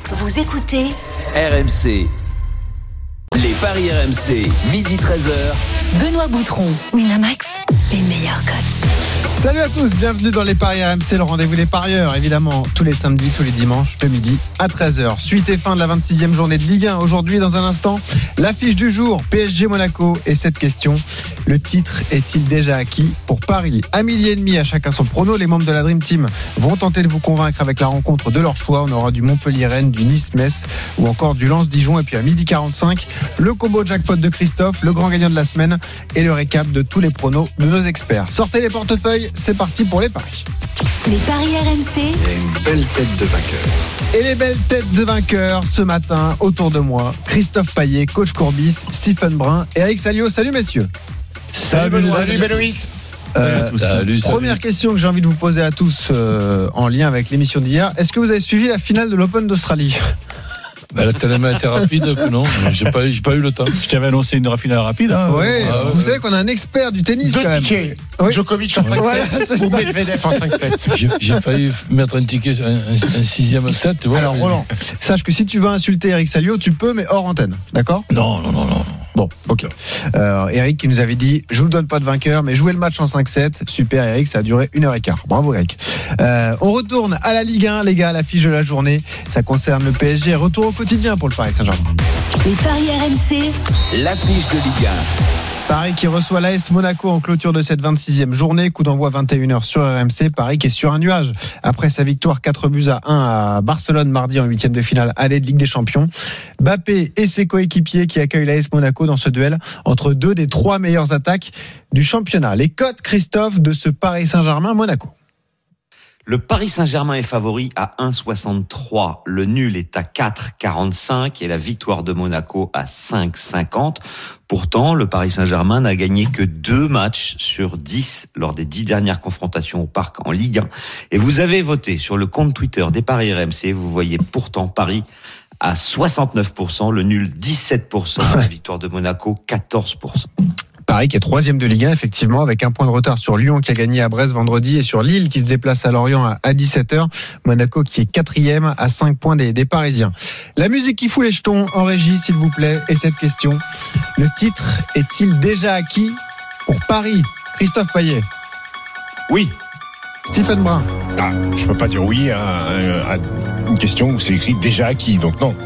Vous écoutez RMC. Les paris RMC, midi 13h. Benoît Boutron, Winamax, les meilleurs codes. Salut à tous, bienvenue dans les paris RMC, le rendez-vous des parieurs, évidemment tous les samedis, tous les dimanches, de midi à 13h. Suite et fin de la 26e journée de Ligue 1. Aujourd'hui, dans un instant, l'affiche du jour, PSG Monaco. Et cette question, le titre est-il déjà acquis pour Paris? À midi et demi, à chacun son prono, les membres de la Dream Team vont tenter de vous convaincre avec la rencontre de leur choix. On aura du Montpellier-Rennes, du Nice-Metz ou encore du Lens-Dijon. Et puis à midi 45, le combo jackpot de Christophe, le grand gagnant de la semaine et le récap de tous les pronos de nos experts. Sortez les portefeuilles, c'est parti pour les paris. Les paris RMC. Il y a une belle tête de vainqueur. Et les belles têtes de vainqueurs ce matin autour de moi, Christophe Payet, coach Courbis, Stephen Brun et Eric Salio. Salut messieurs. Salut Benoît. Première question que j'ai envie de vous poser à tous en lien avec l'émission d'hier. Est-ce que vous avez suivi la finale de l'Open d'Australie? Elle a tellement été rapide que non, j'ai pas eu le temps. Je t'avais annoncé une finale rapide. Hein. Ouais, vous savez qu'on a un expert du tennis quand même. Oui. Djokovic en 5-7 ou Medvedev en 5-7. J'ai failli mettre un ticket, un sixième set. Tu vois, alors Roland, sache que si tu veux insulter Eric Salio, tu peux, mais hors antenne, d'accord? Non. Bon, ok. Eric qui nous avait dit, je vous donne pas de vainqueur, mais jouez le match en 5-7. Super Eric, ça a duré 1h15. Bravo Eric. On retourne à la Ligue 1, les gars, l'affiche de la journée. Ça concerne le PSG. Retour au quotidien pour le Paris Saint-Germain. Les paris RMC. L'affiche de Ligue 1. Paris qui reçoit l'AS Monaco en clôture de cette 26e journée. Coup d'envoi 21h sur RMC. Paris qui est sur un nuage après sa victoire 4-1 à Barcelone mardi en 8e de finale aller de Ligue des Champions. Mbappé et ses coéquipiers qui accueillent l'AS Monaco dans ce duel entre deux des trois meilleures attaques du championnat. Les cotes, Christophe, de ce Paris Saint-Germain-Monaco. Le Paris Saint-Germain est favori à 1,63. Le nul est à 4,45 et la victoire de Monaco à 5,50. Pourtant, le Paris Saint-Germain n'a gagné que 2 matchs sur 10 lors des 10 dernières confrontations au Parc en Ligue 1. Et vous avez voté sur le compte Twitter des paris RMC. Vous voyez pourtant Paris à 69%, le nul 17%, la victoire de Monaco 14%. Paris qui est 3e de Ligue 1, effectivement, avec un point de retard sur Lyon qui a gagné à Brest vendredi et sur Lille qui se déplace à Lorient à 17h. Monaco qui est 4e à 5 points des Parisiens. La musique qui fout les jetons en régie, s'il vous plaît. Et cette question, le titre est-il déjà acquis pour Paris? Christophe Payet. Oui. Stephen Brun. Je peux pas dire oui à une question où c'est écrit déjà acquis, donc non.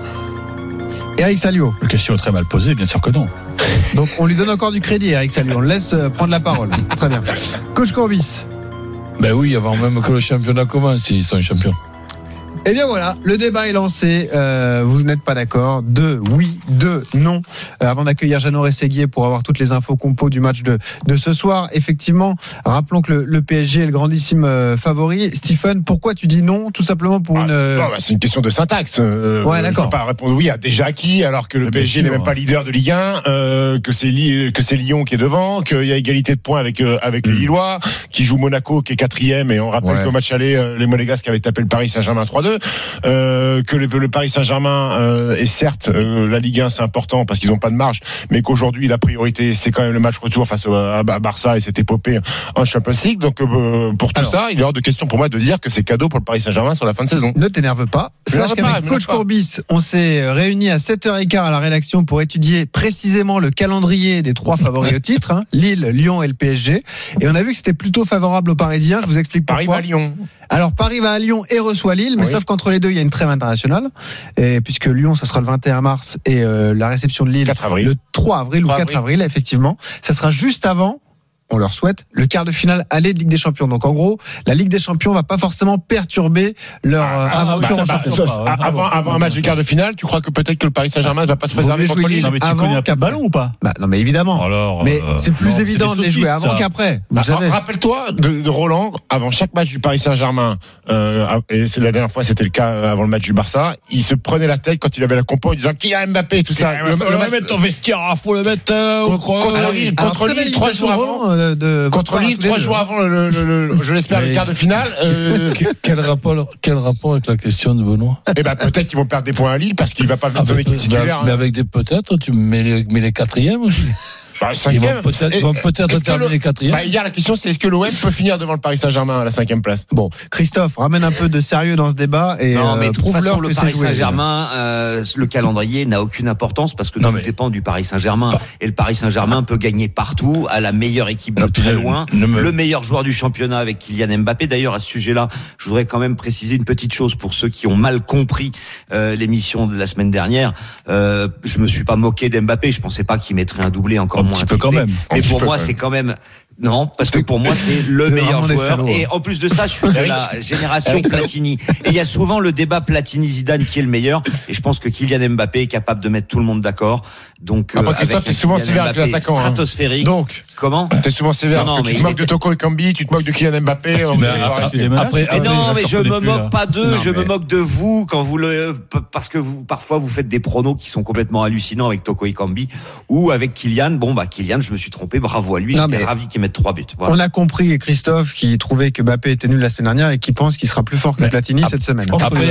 Eric Salio. La question est très mal posée, bien sûr que non. Donc on lui donne encore du crédit, Eric Salio. On le laisse prendre la parole. Très bien. Coach Courbis. Ben oui, avant même que le championnat commence, ils sont champions. Eh bien voilà, le débat est lancé. Vous n'êtes pas d'accord? 2 oui, 2 non. Avant d'accueillir Jeannot Rességuier pour avoir toutes les infos compos du match de ce soir. Effectivement, rappelons que le PSG est le grandissime favori. Stephen, pourquoi tu dis non? Tout simplement pour c'est une question de syntaxe. Ouais, d'accord. Je peux pas répondre oui à déjà acquis alors que le PSG n'est même pas leader de Ligue 1, que c'est Lyon qui est devant, qu'il y a égalité de points avec les Lillois, qui joue Monaco qui est 4e et on rappelle qu'au match aller, les Monégasques avaient tapé le Paris Saint-Germain 3-2. Que le Paris Saint-Germain est certes la Ligue 1 c'est important parce qu'ils n'ont pas de marge, mais qu'aujourd'hui la priorité c'est quand même le match retour face à Barça et cette épopée en Champions League. Donc pour tout ça, il est hors de question pour moi de dire que c'est cadeau pour le Paris Saint-Germain sur la fin de saison. Ne t'énerve pas. Sache qu'avec coach Courbis, on s'est réunis à 7h15 à la rédaction pour étudier précisément le calendrier des 3 favoris au titre, Lille, Lyon et le PSG, et on a vu que c'était plutôt favorable aux Parisiens. Je vous explique pourquoi. Paris va à Lyon. Alors Paris va à Lyon et reçoit Lille, mais sauf qu'entre les deux il y a une trêve internationale, et puisque Lyon ça sera le 21 mars et la réception de Lille le 3 avril ou 4 avril effectivement, ça sera juste avant, on leur souhaite, le quart de finale aller de Ligue des Champions. Donc en gros, la Ligue des Champions va pas forcément perturber leur aventure en championnat. Avant un match de quart de finale, tu crois que peut-être que le Paris Saint-Germain ne va pas se préserver contre Lille? Non, mais tu connais un peu de ballon ou pas? Non mais évidemment. Alors, mais c'est plus évident de les jouer avant qu'après. Rappelle-toi de Roland, avant chaque match du Paris Saint-Germain, et c'est la dernière fois c'était le cas avant le match du Barça, il se prenait la tête quand il avait la compo en disant qui a Mbappé et tout ça. Le mettre ton vestiaire, faut le mettre contre Lille 3 jours avant. Contre Lille 3 jours avant je l'espère le quart de finale. Quel rapport avec la question de Benoît? Eh ben peut-être qu'ils vont perdre des points à Lille parce qu'il va pas mettre son équipe titulaire. Mais avec des peut-être, tu mets les 4e aussi. Cinquième. Ils vont peut-être terminer quatrième. Hier, la question, c'est est-ce que l'OM peut finir devant le Paris Saint-Germain à la 5e place? Bon, Christophe, ramène un peu de sérieux dans ce débat et non, mais de toute façon, prouve-leur le que Paris c'est joué. Saint-Germain, le calendrier n'a aucune importance parce que tout dépend du Paris Saint-Germain. Et le Paris Saint-Germain peut gagner partout, à la meilleure équipe de très loin, le meilleur joueur du championnat avec Kylian Mbappé. D'ailleurs, à ce sujet-là, je voudrais quand même préciser une petite chose pour ceux qui ont mal compris l'émission de la semaine dernière. Je me suis pas moqué d'Mbappé, je pensais pas qu'il mettrait un doublé, encore moins un triplé. Quand même. Mais pour moi, c'est quand même... Non, parce que pour moi, c'est le meilleur joueur. Et en plus de ça, je suis de la génération Platini. Et il y a souvent le débat Platini-Zidane qui est le meilleur. Et je pense que Kylian Mbappé est capable de mettre tout le monde d'accord. Donc, Christophe, t'es souvent sévère avec l'attaquant. Stratosphérique. Donc, comment? T'es souvent sévère. Non, tu te moques de Toko Ekambi, tu te moques de Kylian Mbappé. Mais je me moque pas d'eux, je me moque de vous quand parce que parfois vous faites des pronos qui sont complètement hallucinants avec Toko Ekambi ou avec Kylian. Bon, Kylian, je me suis trompé, bravo à lui. J'étais ravi qu'il mette 3 buts. Voilà. On a compris, Christophe, qui trouvait que Mbappé était nul la semaine dernière et qui pense qu'il sera plus fort que Platini cette semaine.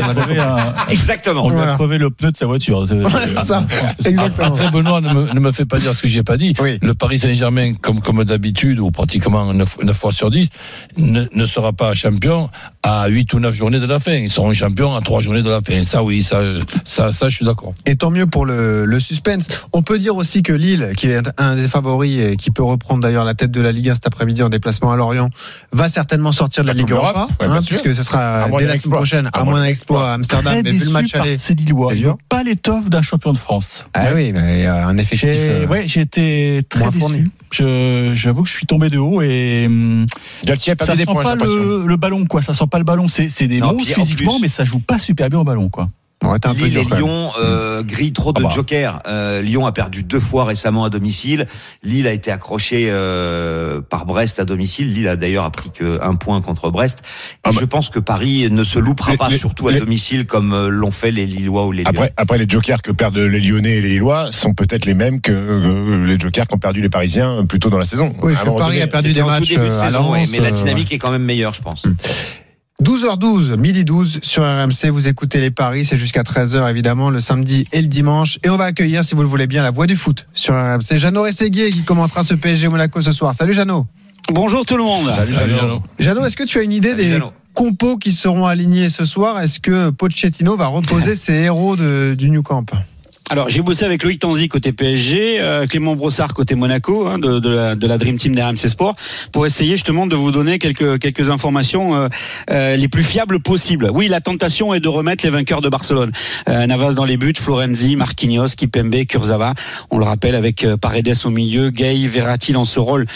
Exactement. On lui a crevé le pneu de sa voiture. C'est ça, exactement. Après, Benoît, ne me fait pas dire ce que j'ai pas dit. Oui. Le Paris Saint-Germain, comme d'habitude, ou pratiquement 9 fois sur 10, ne sera pas champion à 8 ou 9 journées de la fin. Ils seront champions à 3 journées de la fin. Ça, oui, ça, je suis d'accord. Et tant mieux pour le suspense. On peut dire aussi que Lille, qui est un des favoris et qui peut reprendre d'ailleurs la tête de la Ligue 1 cet après-midi en déplacement à Lorient, va certainement sortir de la Ligue Europa, puisque ce sera dès la semaine prochaine, à moins d'un exploit à Amsterdam. Très mais vu le match aller, c'est Lillois. Il n'y a pas l'étoffe d'un champion de France. Ah oui, mais un effectif. J'ai été très déçu. J'avoue que je suis tombé de haut et Galtier a ça perdu des sent points. pas le ballon, quoi. Ça sent pas le ballon. C'est des monstres physiquement, mais ça joue pas super bien au ballon, quoi. Lille et Lyon grillent trop de jokers. Lyon a perdu 2 fois récemment à domicile. Lille a été accroché par Brest à domicile. Lille a d'ailleurs pris que 1 point contre Brest. Et je pense que Paris ne se loupera pas, surtout à domicile, comme l'ont fait les Lillois ou les Lyonnais. Après, les jokers que perdent les Lyonnais et les Lillois sont peut-être les mêmes que les jokers qu'ont perdu les Parisiens plus tôt dans la saison. Oui, parce que Paris a perdu des matchs à l'avance, mais la dynamique est quand même meilleure, je pense. 12h12, midi 12 sur RMC, vous écoutez les paris, c'est jusqu'à 13h évidemment, le samedi et le dimanche. Et on va accueillir, si vous le voulez bien, la voix du foot sur RMC. Jeannot Rességuier qui commentera ce PSG Monaco ce soir. Salut Jeannot. Bonjour tout le monde. Salut Jeannot. Jeannot, est-ce que tu as une idée des compos qui seront alignés ce soir? Est-ce que Pochettino va reposer ses héros du Nou Camp? Alors, j'ai bossé avec Loïc Tanzi côté PSG, Clément Brossard côté Monaco, de la Dream Team d'RMC Sport, pour essayer justement de vous donner quelques informations les plus fiables possibles. Oui, la tentation est de remettre les vainqueurs de Barcelone. Navas dans les buts, Florenzi, Marquinhos, Kipembe, Kurzawa. On le rappelle avec Paredes au milieu, Gay, Verratti dans ce rôle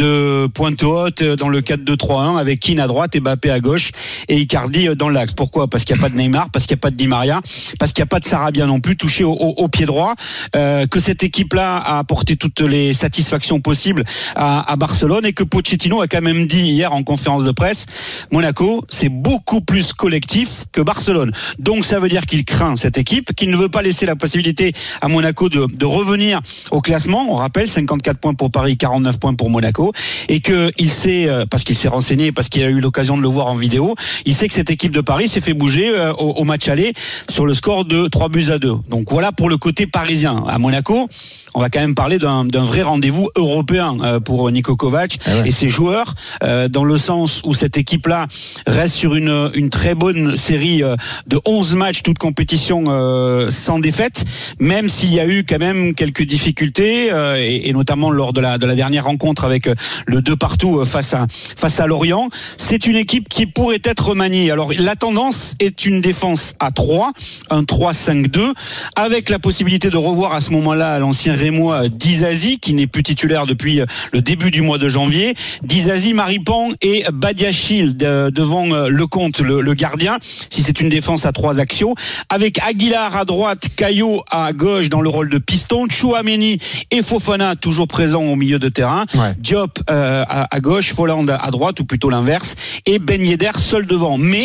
de pointe haute dans le 4-2-3-1 avec Keane à droite, Mbappé à gauche et Icardi dans l'axe. Pourquoi? Parce qu'il n'y a pas de Neymar, parce qu'il n'y a pas de Di Maria, parce qu'il n'y a pas de Sarabia non plus touché au pied droit, que cette équipe-là a apporté toutes les satisfactions possibles à Barcelone et que Pochettino a quand même dit hier en conférence de presse, Monaco, c'est beaucoup plus collectif que Barcelone. Donc ça veut dire qu'il craint cette équipe, qu'il ne veut pas laisser la possibilité à Monaco de revenir au classement. On rappelle 54 points pour Paris, 49 points pour Monaco, et que il sait, parce qu'il s'est renseigné, parce qu'il a eu l'occasion de le voir en vidéo, il sait que cette équipe de Paris s'est fait bouger au match aller sur le score de 3-2. Donc voilà pour le côté parisien. À Monaco, on va quand même parler d'un vrai rendez-vous européen pour Niko Kovac et ses joueurs, dans le sens où cette équipe-là reste sur une très bonne série de 11 matchs, toutes compétitions sans défaite, même s'il y a eu quand même quelques difficultés, et notamment lors de la dernière rencontre avec le 2-2 face à Lorient. C'est une équipe qui pourrait être remaniée. Alors la tendance est une défense à 3, un 3-5-2, avec la possibilité de revoir à ce moment-là l'ancien Rémois Dizazi, qui n'est plus titulaire depuis le début du mois de janvier. Dizazi, Maripan et Badiachil devant Lecomte, le gardien, si c'est une défense à 3 axiaux, avec Aguilar à droite, Caillot à gauche dans le rôle de piston, Chouameni et Fofana toujours présents au milieu de terrain, Diop à gauche, Folland à droite, ou plutôt l'inverse, et Ben Yedder seul devant. Mais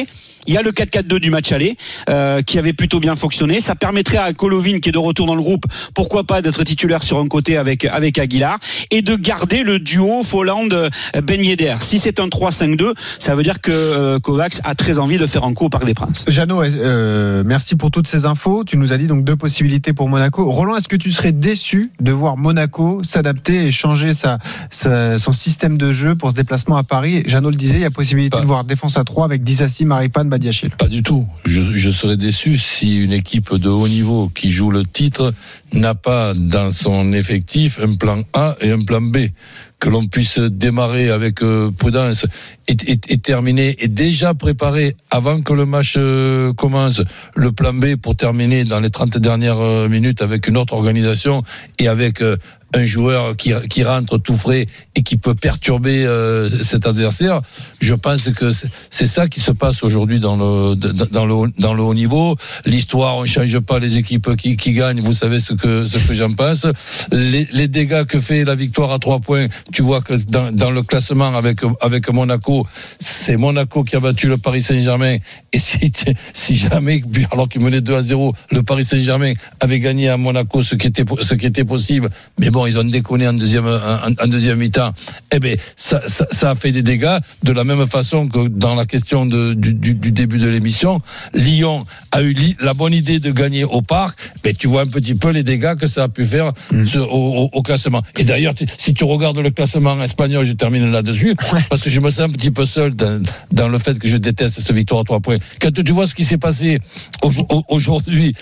Il y a le 4-4-2 du match aller qui avait plutôt bien fonctionné. Ça permettrait à Golovin, qui est de retour dans le groupe, pourquoi pas d'être titulaire sur un côté avec Aguilar, et de garder le duo Folland-Ben Yedder. Si c'est un 3-5-2, ça veut dire que Kovacs a très envie de faire un coup au Parc des Princes. Jeannot, merci pour toutes ces infos. Tu nous as dit donc 2 possibilités pour Monaco. Roland, est-ce que tu serais déçu de voir Monaco s'adapter et changer son système de jeu pour ce déplacement à Paris? Jeannot le disait, il y a possibilité de voir défense à 3 avec Disasi, Maripane, Badiachil. Pas du tout. Je serais déçu si une équipe de haut niveau qui joue le titre n'a pas dans son effectif un plan A et un plan B. Que l'on puisse démarrer avec prudence et terminer et déjà préparer avant que le match commence le plan B pour terminer dans les 30 dernières minutes avec une autre organisation et avec un joueur qui rentre tout frais et qui peut perturber cet adversaire. Je pense que c'est ça qui se passe aujourd'hui dans le haut niveau. L'histoire, on change pas les équipes qui gagnent. Vous savez ce que j'en pense. Les dégâts que fait la victoire à 3 points, tu vois que dans le classement avec Monaco, c'est Monaco qui a battu le Paris Saint-Germain. Et si jamais, alors qu'il menait 2-0, le Paris Saint-Germain avait gagné à Monaco, ce qui était possible. Mais bon, ils ont déconné en deuxième mi-temps. Eh ben, ça a fait des dégâts de la même façon que dans la question du début de l'émission. Lyon a eu la bonne idée de gagner au Parc. Mais tu vois un petit peu les dégâts que ça a pu faire au classement. Et d'ailleurs, si tu regardes le classement espagnol, je termine là-dessus, parce que je me sens un petit peu seul dans le fait que je déteste cette victoire à 3 points. Quand tu vois ce qui s'est passé aujourd'hui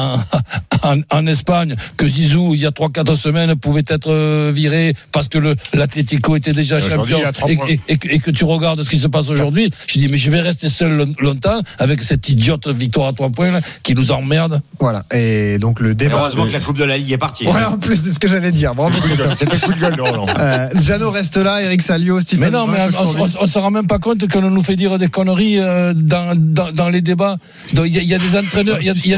en Espagne, que Zizou, il y a 3-4 semaines, pouvait être viré parce que l'Atlético était déjà champion et que tu regardes ce qui se passe aujourd'hui, je dis mais je vais rester seul longtemps avec cette idiote victoire à 3 points là, qui nous emmerde. Voilà, et donc le débat. Heureusement que la Coupe de la Ligue est partie. Voilà, en plus c'est ce que j'allais dire. Bravo. C'est un coup de gueule de Roland. Jeannot reste là, Eric Salio, Stephen. Mais non, mais on se rend même pas compte que l'on nous fait dire des conneries dans les débats. Donc il y a des entraîneurs, il y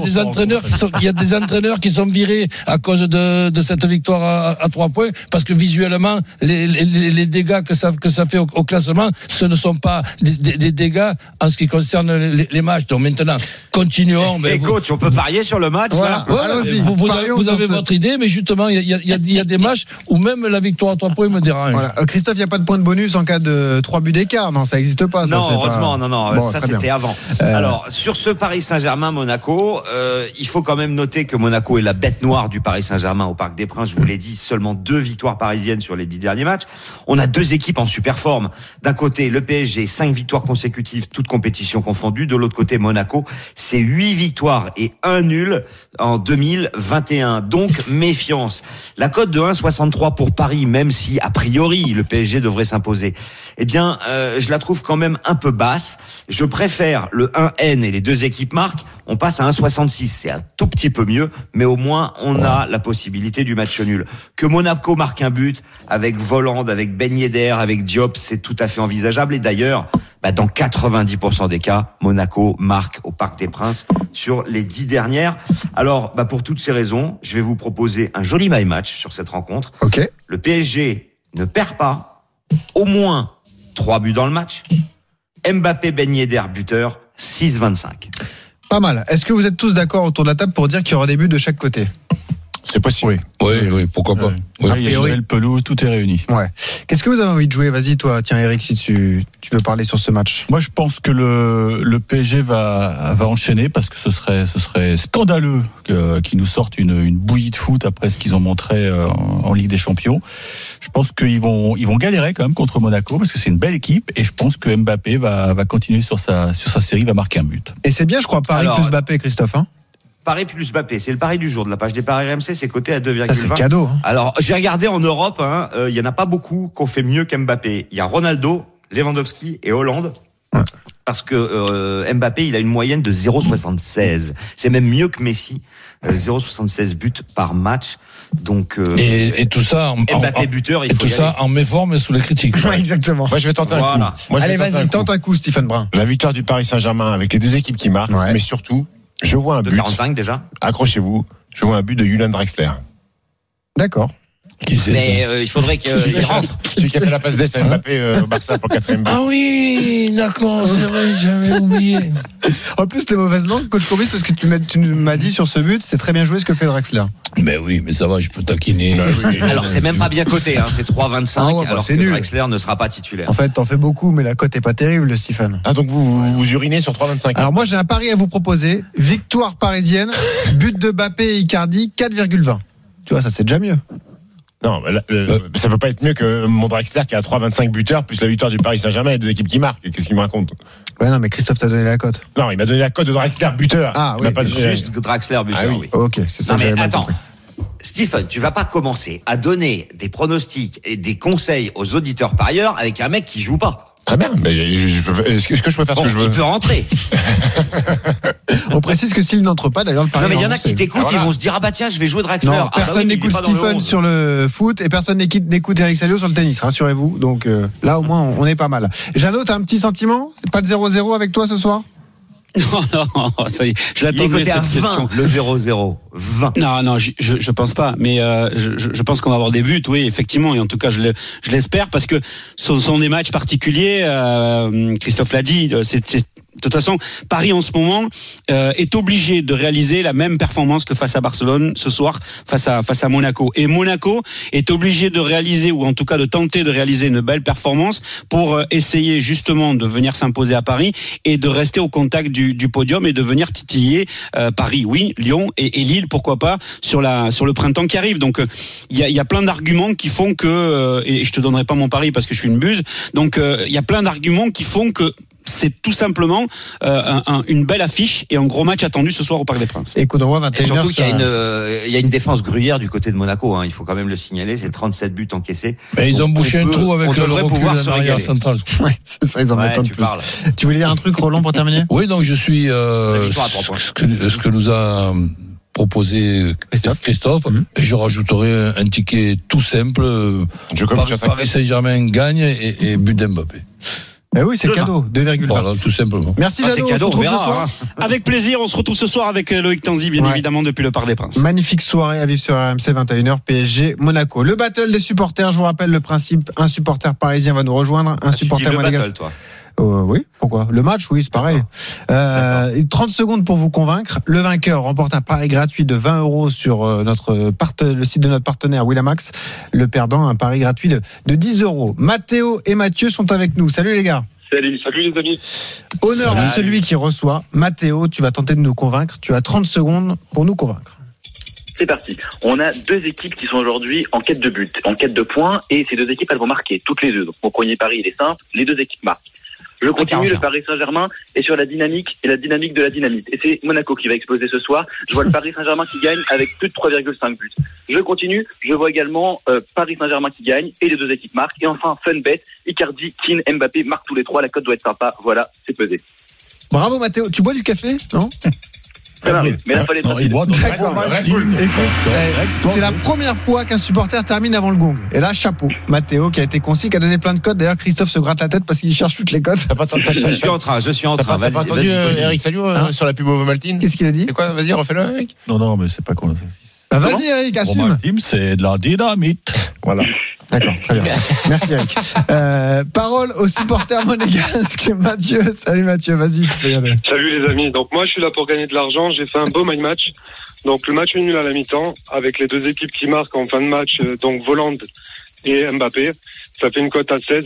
a des entraîneurs qui sont virés à cause de cette victoire à 3 points, parce que visuellement les dégâts que ça fait au classement, ce ne sont pas des dégâts en ce qui concerne les matchs. Donc maintenant, continuons. Et coach, on peut parier sur le match. Voilà. Vous avez votre idée, mais justement, il y a des matchs où même la victoire à 3 points me dérange. Voilà. Christophe, il n'y a pas de point de bonus en cas de 3 buts d'écart. Non, ça n'existe pas. Non, ça, heureusement, pas... non. Bon, ça, c'était bien. avant. Alors, sur ce Paris Saint-Germain-Monaco, il faut quand même noter que Monaco est la bête noire du Paris Saint-Germain au Parc des Princes. Je vous l'ai dit, seulement 2 victoires parisiennes sur les 10 derniers matchs. On a 2 équipes en super forme. D'un côté, le PSG, 5 victoires consécutives, toutes compétitions confondues. De l'autre côté, Monaco, c'est 8 victoires et 1 nul en 2021. Donc, méfiance. La cote de 1,63 pour Paris, même si, a priori, le PSG devrait s'imposer, eh bien, je la trouve quand même un peu basse. Je préfère le 1N et les 2 équipes marquent. On passe à 1,66. C'est un tout petit peu mieux, mais au moins, on a la possibilité du match nul. Que Monaco marque un but avec Volland, avec Ben Yedder, avec Diop, c'est tout à fait envisageable. Et d'ailleurs, dans 90% des cas, Monaco marque au Parc des Princes sur les 10 dernières. Alors, pour toutes ces raisons, je vais vous proposer un joli my match sur cette rencontre. Okay. Le PSG ne perd pas, au moins 3 buts dans le match. Mbappé, Ben Yedder, buteur, 6,25. Pas mal. Est-ce que vous êtes tous d'accord autour de la table pour dire qu'il y aura des buts de chaque côté ? C'est possible. Oui, pourquoi pas. Il y a Joël Pelouse, tout est réuni. Ouais. Qu'est-ce que vous avez envie de jouer ? Vas-y, toi, tiens, Eric, si tu veux parler sur ce match. Moi, je pense que le PSG va enchaîner, parce que ce serait scandaleux qu'ils nous sortent une bouillie de foot après ce qu'ils ont montré en Ligue des Champions. Je pense qu'ils vont galérer quand même contre Monaco, parce que c'est une belle équipe, et je pense que Mbappé va continuer sur sa série, va marquer un but. Et c'est bien, je crois, Paris plus Mbappé, Christophe, hein ? Paris plus Mbappé, c'est le pari du jour de la page des paris RMC, c'est coté à 2,20. Ça, c'est cadeau. Hein. Alors, j'ai regardé en Europe, il y en a pas beaucoup qu'on fait mieux qu'Mbappé. Il y a Ronaldo, Lewandowski et Hollande. Ouais. Parce que Mbappé, il a une moyenne de 0,76. C'est même mieux que Messi. 0,76 buts par match. Donc et tout ça Mbappé buteur, il faut tout ça en méforme et sous les critiques. Ouais, exactement. Moi, je vais tenter un coup. Allez, vas-y, tente un coup, Stephen Brun. La victoire du Paris Saint-Germain avec les 2 équipes qui marquent, mais surtout, je vois un but. 45 déjà. Accrochez-vous. Je vois un but de Julian Draxler. D'accord. Qui c'est Mais il faudrait qu'il rentre. Celui qui a fait la passe d'ess à Mbappé au Barça pour le 4e but. Ah oui, d'accord, c'est vrai, j'avais oublié. En plus, t'es mauvaise langue, coach Courbis, parce que tu m'as dit sur ce but, c'est très bien joué ce que fait Draxler. Mais oui, mais ça va, je peux taquiner. Alors c'est même pas bien coté, hein, c'est 3,25 Ah ouais, bah, alors c'est que nul. Draxler ne sera pas titulaire. En fait, t'en fais beaucoup, mais la cote est pas terrible, Stéphane. Ah, donc vous urinez sur 3,25. Alors moi, j'ai un pari à vous proposer. Victoire parisienne, but de Mbappé et Icardi, 4,20. Tu vois, ça c'est déjà mieux. Non, ça peut pas être mieux que mon Draxler qui a 3,25 buteurs plus la victoire du Paris Saint-Germain et deux équipes qui marquent. Qu'est-ce qu'il me raconte? Ouais, non, mais Christophe t'a donné la cote. Non, il m'a donné la cote de Draxler buteur. Ah, Il oui. m'a pas donné Juste Draxler buteur, Ah oui. oui. Ok, c'est ça. Non que mais j'avais mal attends, compris. Stephen, tu vas pas commencer à donner des pronostics et des conseils aux auditeurs parieurs avec un mec qui joue pas. Très bien, mais est-ce que je peux faire Bon, ce que je veux? il peut rentrer. On précise que s'il n'entre pas, d'ailleurs, le pari. Non mais il y en a avancé. qui t'écoutent, Voilà. ils vont se dire ah bah tiens, je vais jouer Draxler. Non, Ah bah personne oui, mais il est n'écoute pas dans le Stephen 11. sur le foot et personne n'écoute Eric Salio sur le tennis, rassurez-vous. Donc là, au moins, on est pas mal. Jeannot, t'as un petit sentiment? Pas de 0-0 avec toi ce soir? Non, ça y est, je Il est l'attendais coté à cette 20, question. le 0-0. 20. Non, je pense pas. Mais je pense qu'on va avoir des buts, oui, effectivement. Et en tout cas, je l'espère parce que ce sont des matchs particuliers. Christophe l'a dit. De toute façon, Paris en ce moment est obligé de réaliser la même performance que face à Barcelone ce soir, face à Monaco. Et Monaco est obligé de réaliser, ou en tout cas de tenter de réaliser une belle performance pour essayer justement de venir s'imposer à Paris et de rester au contact du podium et de venir titiller Paris, oui, Lyon et Lille, pourquoi pas, sur le printemps qui arrive. Donc il y a plein d'arguments qui font que, et je te donnerai pas mon pari parce que je suis une buse, donc il y a plein d'arguments qui font que c'est tout simplement une belle affiche et un gros match attendu ce soir au Parc des Princes. Et coup d'envoi 21h. Et surtout qu'il y a une défense gruyère du côté de Monaco, hein, il faut quand même le signaler, c'est 37 buts encaissés. Mais ils ont bouché un trou avec on le devrait recul pouvoir d'un se arrière régaler. central. Ouais, c'est ça, ils en mettent un de tu plus. parles. Tu voulais dire un truc, Roland, pour terminer? Oui, donc je suis victoire à 3 points. ce que nous a proposé Christophe, et je rajouterai un ticket tout simple. Je commence à 5-7. Paris Saint-Germain gagne et but d'Mbappé. Eh oui, c'est cadeau, 2,20. Voilà, tout simplement. Merci, Ah, Jeannot. c'est cadeau, on se retrouve on verra, ce soir. Avec plaisir, on se retrouve ce soir avec Loïc Tanzi, bien évidemment, depuis le Parc des Princes. Magnifique soirée à vivre sur RMC, 21h, PSG, Monaco. Le battle des supporters, je vous rappelle le principe, un supporter parisien va nous rejoindre, un supporter Tu dis le monégasque. battle, toi. Oui, pourquoi? Le match, oui, c'est pareil. 30 secondes pour vous convaincre. Le vainqueur remporte un pari gratuit de 20 € sur le site de notre partenaire Winamax. Le perdant, un pari gratuit de 10 €. Mathéo et Mathieu sont avec nous. Salut les gars. Salut les amis. Honneur à celui qui reçoit. Mathéo, tu vas tenter de nous convaincre. Tu as 30 secondes pour nous convaincre. C'est parti. On a deux équipes qui sont aujourd'hui en quête de but, en quête de points, et ces deux équipes, elles vont marquer, toutes les deux. Donc mon premier pari, il est simple, les deux équipes marquent. Je continue, le Paris Saint-Germain est sur la dynamique et la dynamique de la dynamite. Et c'est Monaco qui va exploser ce soir. Je vois le Paris Saint-Germain qui gagne avec plus de 3,5 buts. Je continue, je vois également Paris Saint-Germain qui gagne et les deux équipes marquent. Et enfin, fun bet, Icardi, Keane, Mbappé marquent tous les trois. La cote doit être sympa. Voilà, c'est pesé. Bravo Mathéo. Tu bois du café, non? Ça m'arrive, mais là, fallait être facile. D'accord. Écoute, c'est la première fois qu'un supporter termine avant le gong. Et là, chapeau. Mathéo qui a été concis, qui a donné plein de codes. D'ailleurs, Christophe se gratte la tête parce qu'il cherche toutes les codes. Je suis en train. T'as pas entendu Eric Salio sur la pub Ovomaltine? Qu'est-ce qu'il a dit? C'est quoi? Vas-y, refais-le, Eric. Non, mais c'est pas con. Bah, vas-y, Eric, assume. Ovomaltine, c'est de la dynamite. Voilà. D'accord, très bien. Merci, Eric. Parole aux supporters monégasques. Mathieu, salut Mathieu, vas-y, tu peux y aller. Salut les amis. Donc moi, je suis là pour gagner de l'argent. J'ai fait un beau my match. Donc le match est nul à la mi-temps avec les deux équipes qui marquent en fin de match, donc Voland et Mbappé. Ça fait une cote à 16.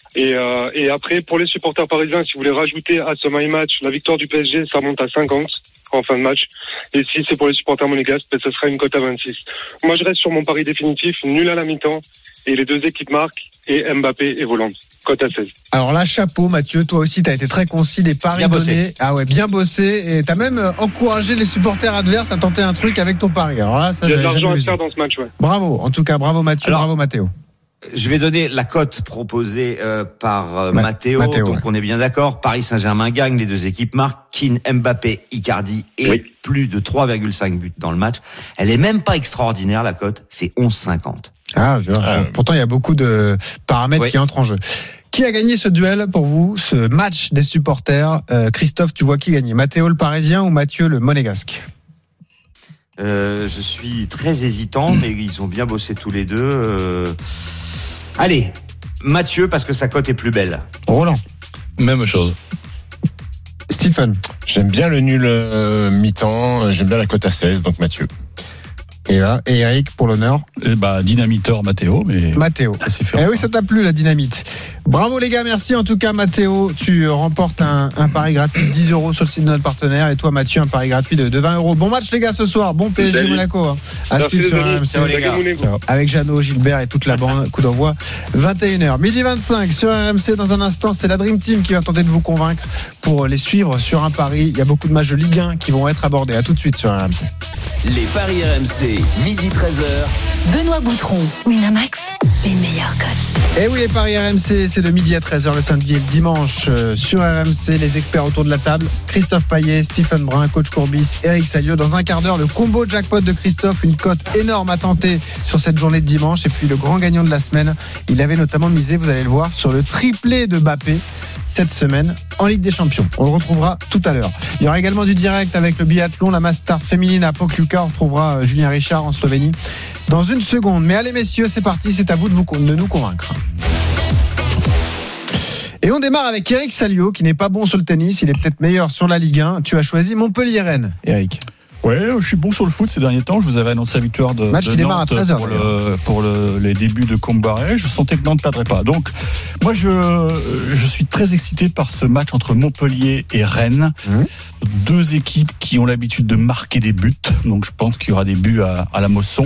Et après, pour les supporters parisiens, si vous voulez rajouter à ce my match la victoire du PSG, ça monte à 50 en fin de match. Et si c'est pour les supporters monégasques, ce sera une cote à 26. Moi, je reste sur mon pari définitif, nul à la mi-temps. Et les deux équipes marquent, et Mbappé et Voland. Cote à 16. Alors là, chapeau, Mathieu, toi aussi, t'as été très concis, les paris donnés. Ah ouais, bien bossé. Et t'as même encouragé les supporters adverses à tenter un truc avec ton pari. Alors là, ça, il y a de l'argent à faire dans ce match, ouais. Bravo. En tout cas, bravo Mathieu, Alors, bravo Mathéo. Je vais donner la cote proposée par Mathéo. Donc ouais. on est bien d'accord. Paris Saint-Germain gagne, les deux équipes marquent. Keane, Mbappé, Icardi et plus de 3,5 buts dans le match. Elle est même pas extraordinaire la cote, c'est 11,50. Ah, je vois. Pourtant il y a beaucoup de paramètres qui entrent en jeu. Qui a gagné ce duel pour vous, ce match des supporters? Christophe, tu vois qui gagner? Mathéo le Parisien ou Mathieu le Monégasque? Je suis très hésitant, mais ils ont bien bossé tous les deux. Allez, Mathieu, parce que sa cote est plus belle. Roland. Même chose. Stephen. J'aime bien le nul mi-temps, j'aime bien la cote à 16, donc Mathieu. Et Eric pour l'honneur. Dynamiteur Matteo, mais. Matteo. Oui, ça t'a plu la dynamite. Bravo les gars, merci en tout cas Matteo. Tu remportes un pari gratuit de 10 € sur le site de notre partenaire. Et toi Mathieu, un pari gratuit de 20 €. Bon match les gars ce soir. Bon PSG Monaco. À suivre sur RMC. Avec Jeannot, Gilbert et toute la bande. Coup d'envoi 21h. Midi 25 sur RMC. Dans un instant, c'est la Dream Team qui va tenter de vous convaincre pour les suivre sur un pari. Il y a beaucoup de matchs de Ligue 1 qui vont être abordés. À tout de suite sur RMC. Les paris RMC, midi 13h. Benoît Boutron, Winamax, les meilleurs cotes. Et oui, les paris RMC, c'est de midi à 13h le samedi et le dimanche sur RMC. Les experts autour de la table, Christophe Payet, Stephen Brun, coach Courbis, Eric Salio. Dans un quart d'heure, le combo jackpot de Christophe, une cote énorme à tenter sur cette journée de dimanche. Et puis le grand gagnant de la semaine, il avait notamment misé, vous allez le voir, sur le triplé de Mbappé cette semaine en Ligue des Champions. On le retrouvera tout à l'heure. Il y aura également du direct avec le biathlon, la Master féminine à Pokljuka. On retrouvera Julien Richard en Slovénie dans une seconde. Mais allez messieurs, c'est parti, c'est à vous de nous convaincre. Et on démarre avec Eric Salio qui n'est pas bon sur le tennis, il est peut-être meilleur sur la Ligue 1. Tu as choisi Montpellier-Rennes, Eric. Ouais, je suis bon sur le foot ces derniers temps. Je vous avais annoncé la victoire de match qui démarre à 13h pour les débuts de Combaré. Je sentais que Nantes ne perdrait pas. Donc, moi, je suis très excité par ce match entre Montpellier et Rennes. Deux équipes qui ont l'habitude de marquer des buts. Donc, je pense qu'il y aura des buts à la Mosson.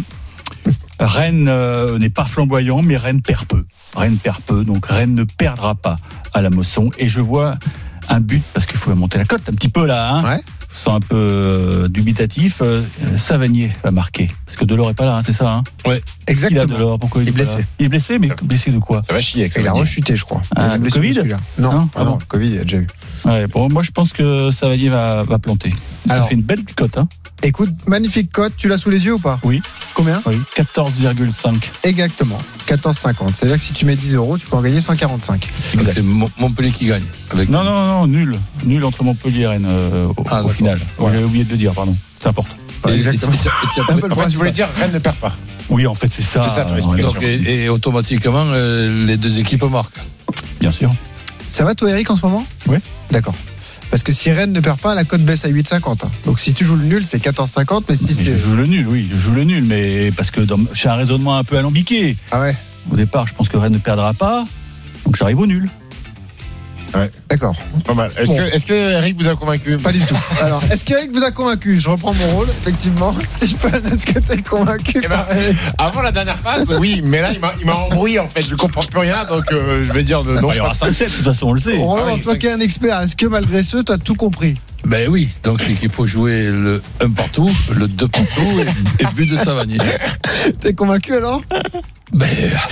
Rennes n'est pas flamboyant, mais Rennes perd peu. Donc Rennes ne perdra pas à la Mosson. Et je vois un but, parce qu'il faut monter la cote un petit peu là. Hein. Ouais. Je sens un peu dubitatif. Savanier va marquer. Parce que Delors n'est pas là, hein, c'est ça hein. Ouais, exactement. Delors, pourquoi il est blessé. Il est blessé, mais blessé de quoi? Ça va chier avec ça. Il a rechuté, je crois. Le Covid Non, le Covid, il a déjà eu. Ouais, pour moi, je pense que Savanier va planter. Ça fait une belle cote. Hein. Écoute, magnifique cote. Tu l'as sous les yeux ou pas? Oui. Combien? Oui, 14,5. Exactement, 14,50. C'est-à-dire que si tu mets 10 €, tu peux en gagner 145. C'est Montpellier qui gagne. Non, nul. Nul entre Montpellier et Rennes au final. Ouais. J'ai oublié de le dire, pardon. C'est important. Exactement. En fait, je voulais dire Rennes ne perd pas. Oui, en fait, c'est ça. C'est ça ton explication. Donc, et automatiquement, les deux équipes marquent. Bien sûr. Ça va toi, Eric, en ce moment? Oui. D'accord. Parce que si Rennes ne perd pas, la cote baisse à 8,50. Donc si tu joues le nul, c'est 14,50. Mais si je joue le nul, mais parce que j'ai un raisonnement un peu alambiqué. Ah ouais. Au départ, je pense que Rennes ne perdra pas, donc j'arrive au nul. Ouais. D'accord. Pas mal. Est-ce que Eric vous a convaincu? Pas du tout. Alors, est-ce qu'Eric vous a convaincu? Je reprends mon rôle, effectivement. Stephen, est-ce que t'es convaincu? Avant la dernière phase, oui, mais là, il m'a embrouillé en fait. Je comprends plus rien, donc je vais dire non. Il y aura 5-7, de toute façon, on le sait. Roland, toi qui es un expert, est-ce que malgré ce, tu as tout compris? Ben oui, donc c'est qu'il faut jouer le 1 partout, le 2 partout et but de Savanier. T'es convaincu alors? Ben,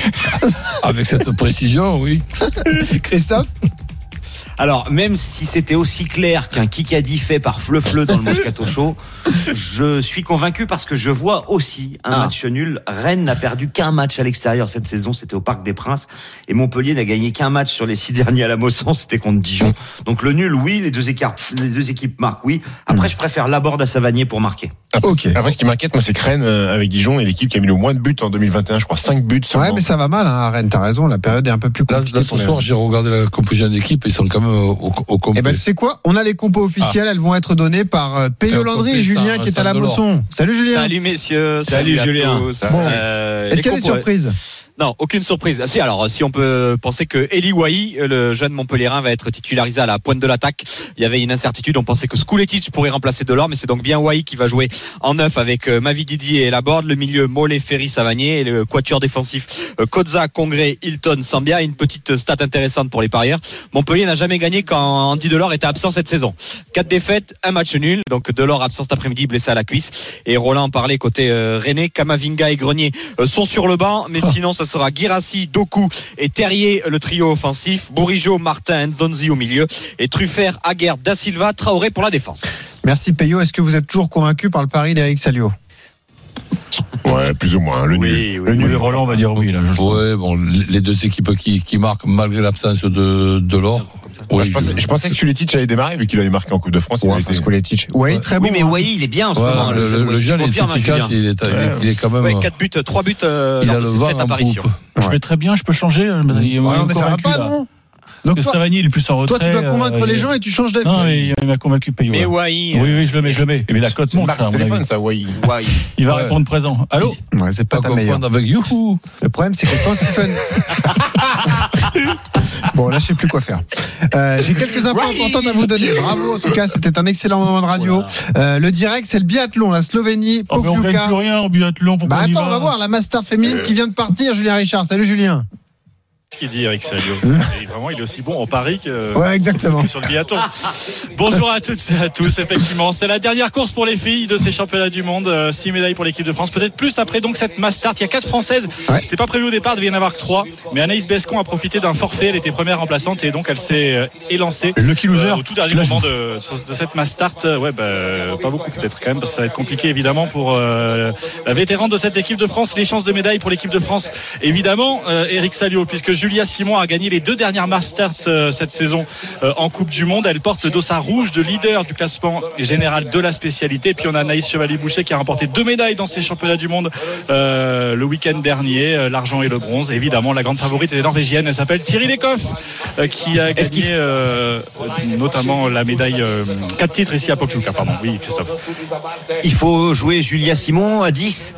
avec cette précision, oui. Christophe? Alors, même si c'était aussi clair qu'un Kikadi fait par Fleu-Fleu dans le Moscato Show, je suis convaincu parce que je vois aussi un match nul. Rennes n'a perdu qu'un match à l'extérieur cette saison, c'était au Parc des Princes. Et Montpellier n'a gagné qu'un match sur les 6 derniers à la Mosson, c'était contre Dijon. Donc le nul, oui, les deux équipes marquent, oui. Après, je préfère Laborde à Savanier pour marquer. Après, ce qui m'inquiète, moi, c'est que Rennes, avec Dijon, est l'équipe qui a mis le moins de buts en 2021, je crois, 5 buts seulement. Ouais, mais ça va mal, hein, à Rennes, t'as raison, la période est un peu plus compliquée. Là, ce soir, j'ai regardé la composition d'équipe, ils sont quand même au complet. Eh ben, tu sais quoi? On a les compos officiels, elles vont être données par Peyo Landry, Julien, qui est à la Mosson. Salut Julien. Salut messieurs. Salut Julien. Bon. Est-ce qu'il y a des surprises? Non, aucune surprise. Si on peut penser que Eli Wahi, le jeune Montpellierin, va être titularisé à la pointe de l'attaque. Il y avait une incertitude, on pensait que Skuletic pourrait remplacer Delors, mais c'est donc bien Wahi qui va jouer en neuf avec Mavididi et Laborde, le milieu Mollet, Ferry, Savanier et le quatuor défensif Kozza, Congré, Hilton, Sambia. Une petite stat intéressante pour les parieurs. Montpellier n'a jamais gagné quand Andy Delors était absent cette saison. 4 défaites, un match nul. Donc Delors absent cet après-midi, blessé à la cuisse. Et Roland en parlait côté René, Kamavinga et Grenier sont sur le banc, mais sinon ça sera Guirassy, Doku et Terrier, le trio offensif, Bourigeaud, Martin, Ndonzi au milieu et Truffert, Aguerd, Da Silva, Traoré pour la défense. Merci Peyo. Est-ce que vous êtes toujours convaincu par le pari d'Eric Salio? Ouais, plus ou moins. Le nul. Roland, on va dire oui. Là, ouais, bon, les deux équipes qui marquent malgré l'absence de Delors. Oui, je pensais que Šuletic allait démarrer vu qu'il avait marqué en Coupe de France. Šuletic. Ouais, très bon. Oui, mais Wai, il est bien en ce moment. Le jeune est efficace, il est quand même. 4 buts, 3 buts il a lors de le ses vent 7 en apparitions. Je mettrais bien, je peux changer. Mais ça va pas, non? Donc Savani, il est plus en retrait. Toi, tu dois convaincre les gens et tu changes d'avis. Non, mais il m'a convaincu Payot. Mais Wai. Oui, je le mets. Mais la cote monte. C'est téléphone, ça, Wai. Il va répondre présent. Allô? Ouais, c'est pas ta meilleure. Avec Youhou. Le problème, c'est que quand Stephen. Bon, là, je sais plus quoi faire. J'ai quelques infos importantes à vous donner. Bravo, en tout cas, c'était un excellent moment de radio. Le direct, c'est le biathlon, la Slovénie. Mais on gagne plus rien en biathlon. Bah attends, on va voir la Master féminine qui vient de partir, Julien Richard. Salut Julien. Ce qu'il dit Eric Salio. Et vraiment, il est aussi bon en Paris que sur le biathlon. Bonjour à toutes et à tous. Effectivement, c'est la dernière course pour les filles de ces championnats du monde. 6 médailles pour l'équipe de France, peut-être plus après donc cette mass start. Il y a 4 Françaises. C'était pas prévu au départ, il devait y en avoir que 3. Mais Anaïs Bescon a profité d'un forfait. Elle était première remplaçante et donc elle s'est élancée au tout dernier moment de cette mass start. Pas beaucoup peut-être quand même parce que ça va être compliqué évidemment pour la vétérante de cette équipe de France. Les chances de médaille pour l'équipe de France, évidemment, Eric Salio, puisque Julia Simon a gagné les 2 dernières mass start cette saison en Coupe du Monde. Elle porte le dossard rouge de leader du classement général de la spécialité. Et puis on a Anaïs Chevalier-Boucher qui a remporté 2 médailles dans ces championnats du monde le week-end dernier, l'argent et le bronze. Et évidemment, la grande favorite est norvégienne. Elle s'appelle Thierry Lecoff qui a gagné notamment la médaille 4 titres ici à Pokljuka. Pardon, oui, Christophe. Il faut jouer Julia Simon à 10.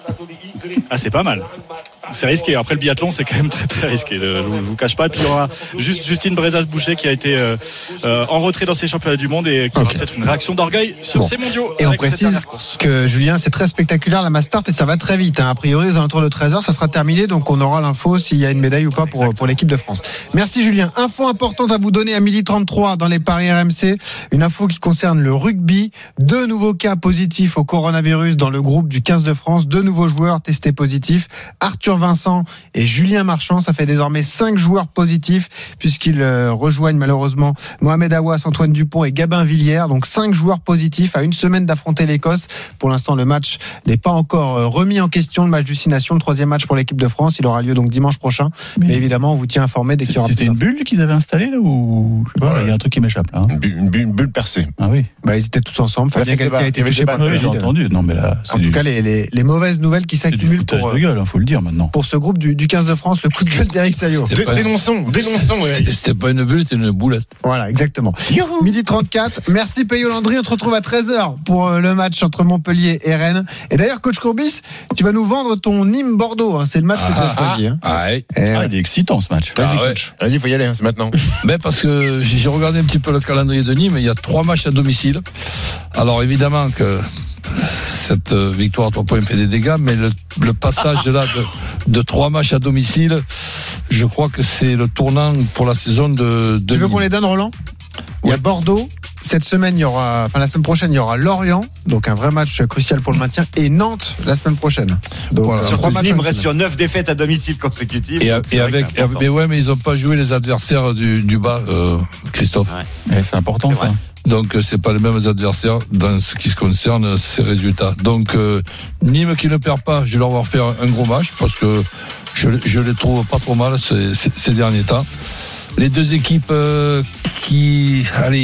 Ah, c'est pas mal. C'est risqué. Après le biathlon, c'est quand même très très risqué. Je vous cache pas. Et puis il y aura Justine Brezas-Boucher qui a été en retrait dans ces championnats du monde et qui aura peut-être une réaction d'orgueil sur ces mondiaux. Et on précise que Julien, c'est très spectaculaire la mass start et ça va très vite. A priori, aux alentours de 13h, ça sera terminé. Donc on aura l'info s'il y a une médaille ou pas pour l'équipe de France. Merci Julien. Info importante à vous donner à 12h33 dans les paris RMC. Une info qui concerne le rugby. 2 nouveaux cas positifs au coronavirus dans le groupe du 15 de France. 2 nouveaux joueurs testés positifs. Arthur Vincent et Julien Marchand, ça fait désormais 5 joueurs positifs puisqu'ils rejoignent malheureusement Mohamed Aouas, Antoine Dupont et Gabin Villière. Donc 5 joueurs positifs à une semaine d'affronter l'Écosse. Pour l'instant, le match n'est pas encore remis en question. Le match du 6 Nations, le 3e match pour l'équipe de France, il aura lieu donc dimanche prochain. Mais évidemment, on vous tient informé dès qu'il y aura. C'était une bulle qu'ils avaient installée là ou je sais pas, il y a un truc qui m'échappe là. Une bulle percée. Ah oui. Ils étaient tous ensemble. Fabien Galtier a été touché par le Covid. J'ai entendu. Non mais là. En tout cas, les mauvaises nouvelles qui s'accumulent pour de gueule, faut le dire maintenant. Pour ce groupe du 15 de France, le coup de gueule d'Eric Salio. Dénonçons. C'était pas une bulle, c'était une boulette. Voilà, exactement. 12h34. Merci Payot Landry. On te retrouve à 13h pour le match entre Montpellier et Rennes. Et d'ailleurs, coach Courbis, tu vas nous vendre ton Nîmes Bordeaux. C'est le match que tu as choisi. Il est excitant ce match. Vas-y, coach. Vas-y, faut y aller. C'est maintenant. Mais parce que j'ai regardé un petit peu le calendrier de Nîmes. Il y a 3 matchs à domicile. Alors évidemment que cette victoire à 3 points fait des dégâts, mais le passage là de 3 matchs à domicile, je crois que c'est le tournant pour la saison de Tu veux qu'on les donne, Roland ? Il y a Bordeaux. Cette semaine, la semaine prochaine, il y aura Lorient, donc un vrai match crucial pour le maintien, et Nantes la semaine prochaine. Donc, voilà. Surtout Nîmes reste sur 9 défaites à domicile consécutives. Mais ils n'ont pas joué les adversaires du bas, Christophe. Ouais. C'est important ça. Donc c'est pas les mêmes adversaires dans ce qui se concerne ces résultats. Donc Nîmes qui ne perd pas, je vais leur voir faire un gros match parce que je les trouve pas trop mal ces derniers temps. Les 2 équipes qui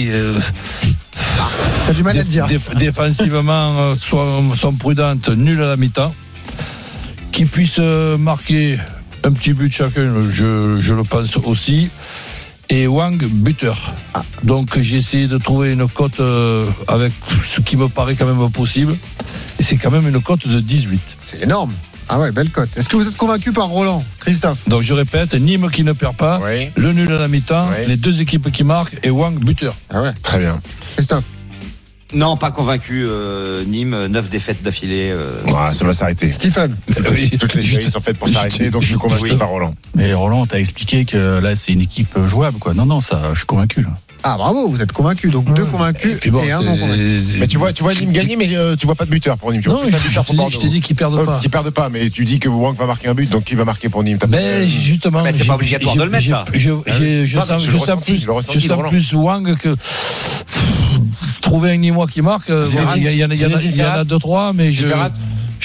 t'as du mal à te dire. Défensivement sont prudentes, nulles à la mi-temps, qui puissent marquer un petit but chacun, je le pense aussi. Et Wang buteur. Donc j'ai essayé de trouver une cote avec ce qui me paraît quand même possible. Et c'est quand même une cote de 18. C'est énorme. Ah ouais, belle cote. Est-ce que vous êtes convaincu par Roland, Christophe ? Donc je répète, Nîmes qui ne perd pas, le nul à la mi-temps, les 2 équipes qui marquent et Wang buteur. Ah ouais, très bien. Christophe ? Non, pas convaincu. Nîmes, 9 défaites d'affilée. Ça va s'arrêter. Stephen. Toutes les séries sont faites pour s'arrêter, donc je suis convaincu par Roland. Mais Roland, t'as expliqué que là, c'est une équipe jouable, quoi. Non, ça, je suis convaincu, là. Ah bravo, vous êtes convaincu. Donc 2 convaincus et un non convaincu. Mais tu vois Nîmes gagner, mais tu vois pas de buteur pour Nîmes. Tu vois non, je t'ai dit qu'ils perdent pas. Qu'ils perdent pas, mais tu dis que Wang va marquer un but, donc qui va marquer pour Nîmes. Mais justement, c'est pas obligatoire de le mettre ça. Je sens plus Wang que trouver un Nîmois qui marque. Il y en a 2-3, mais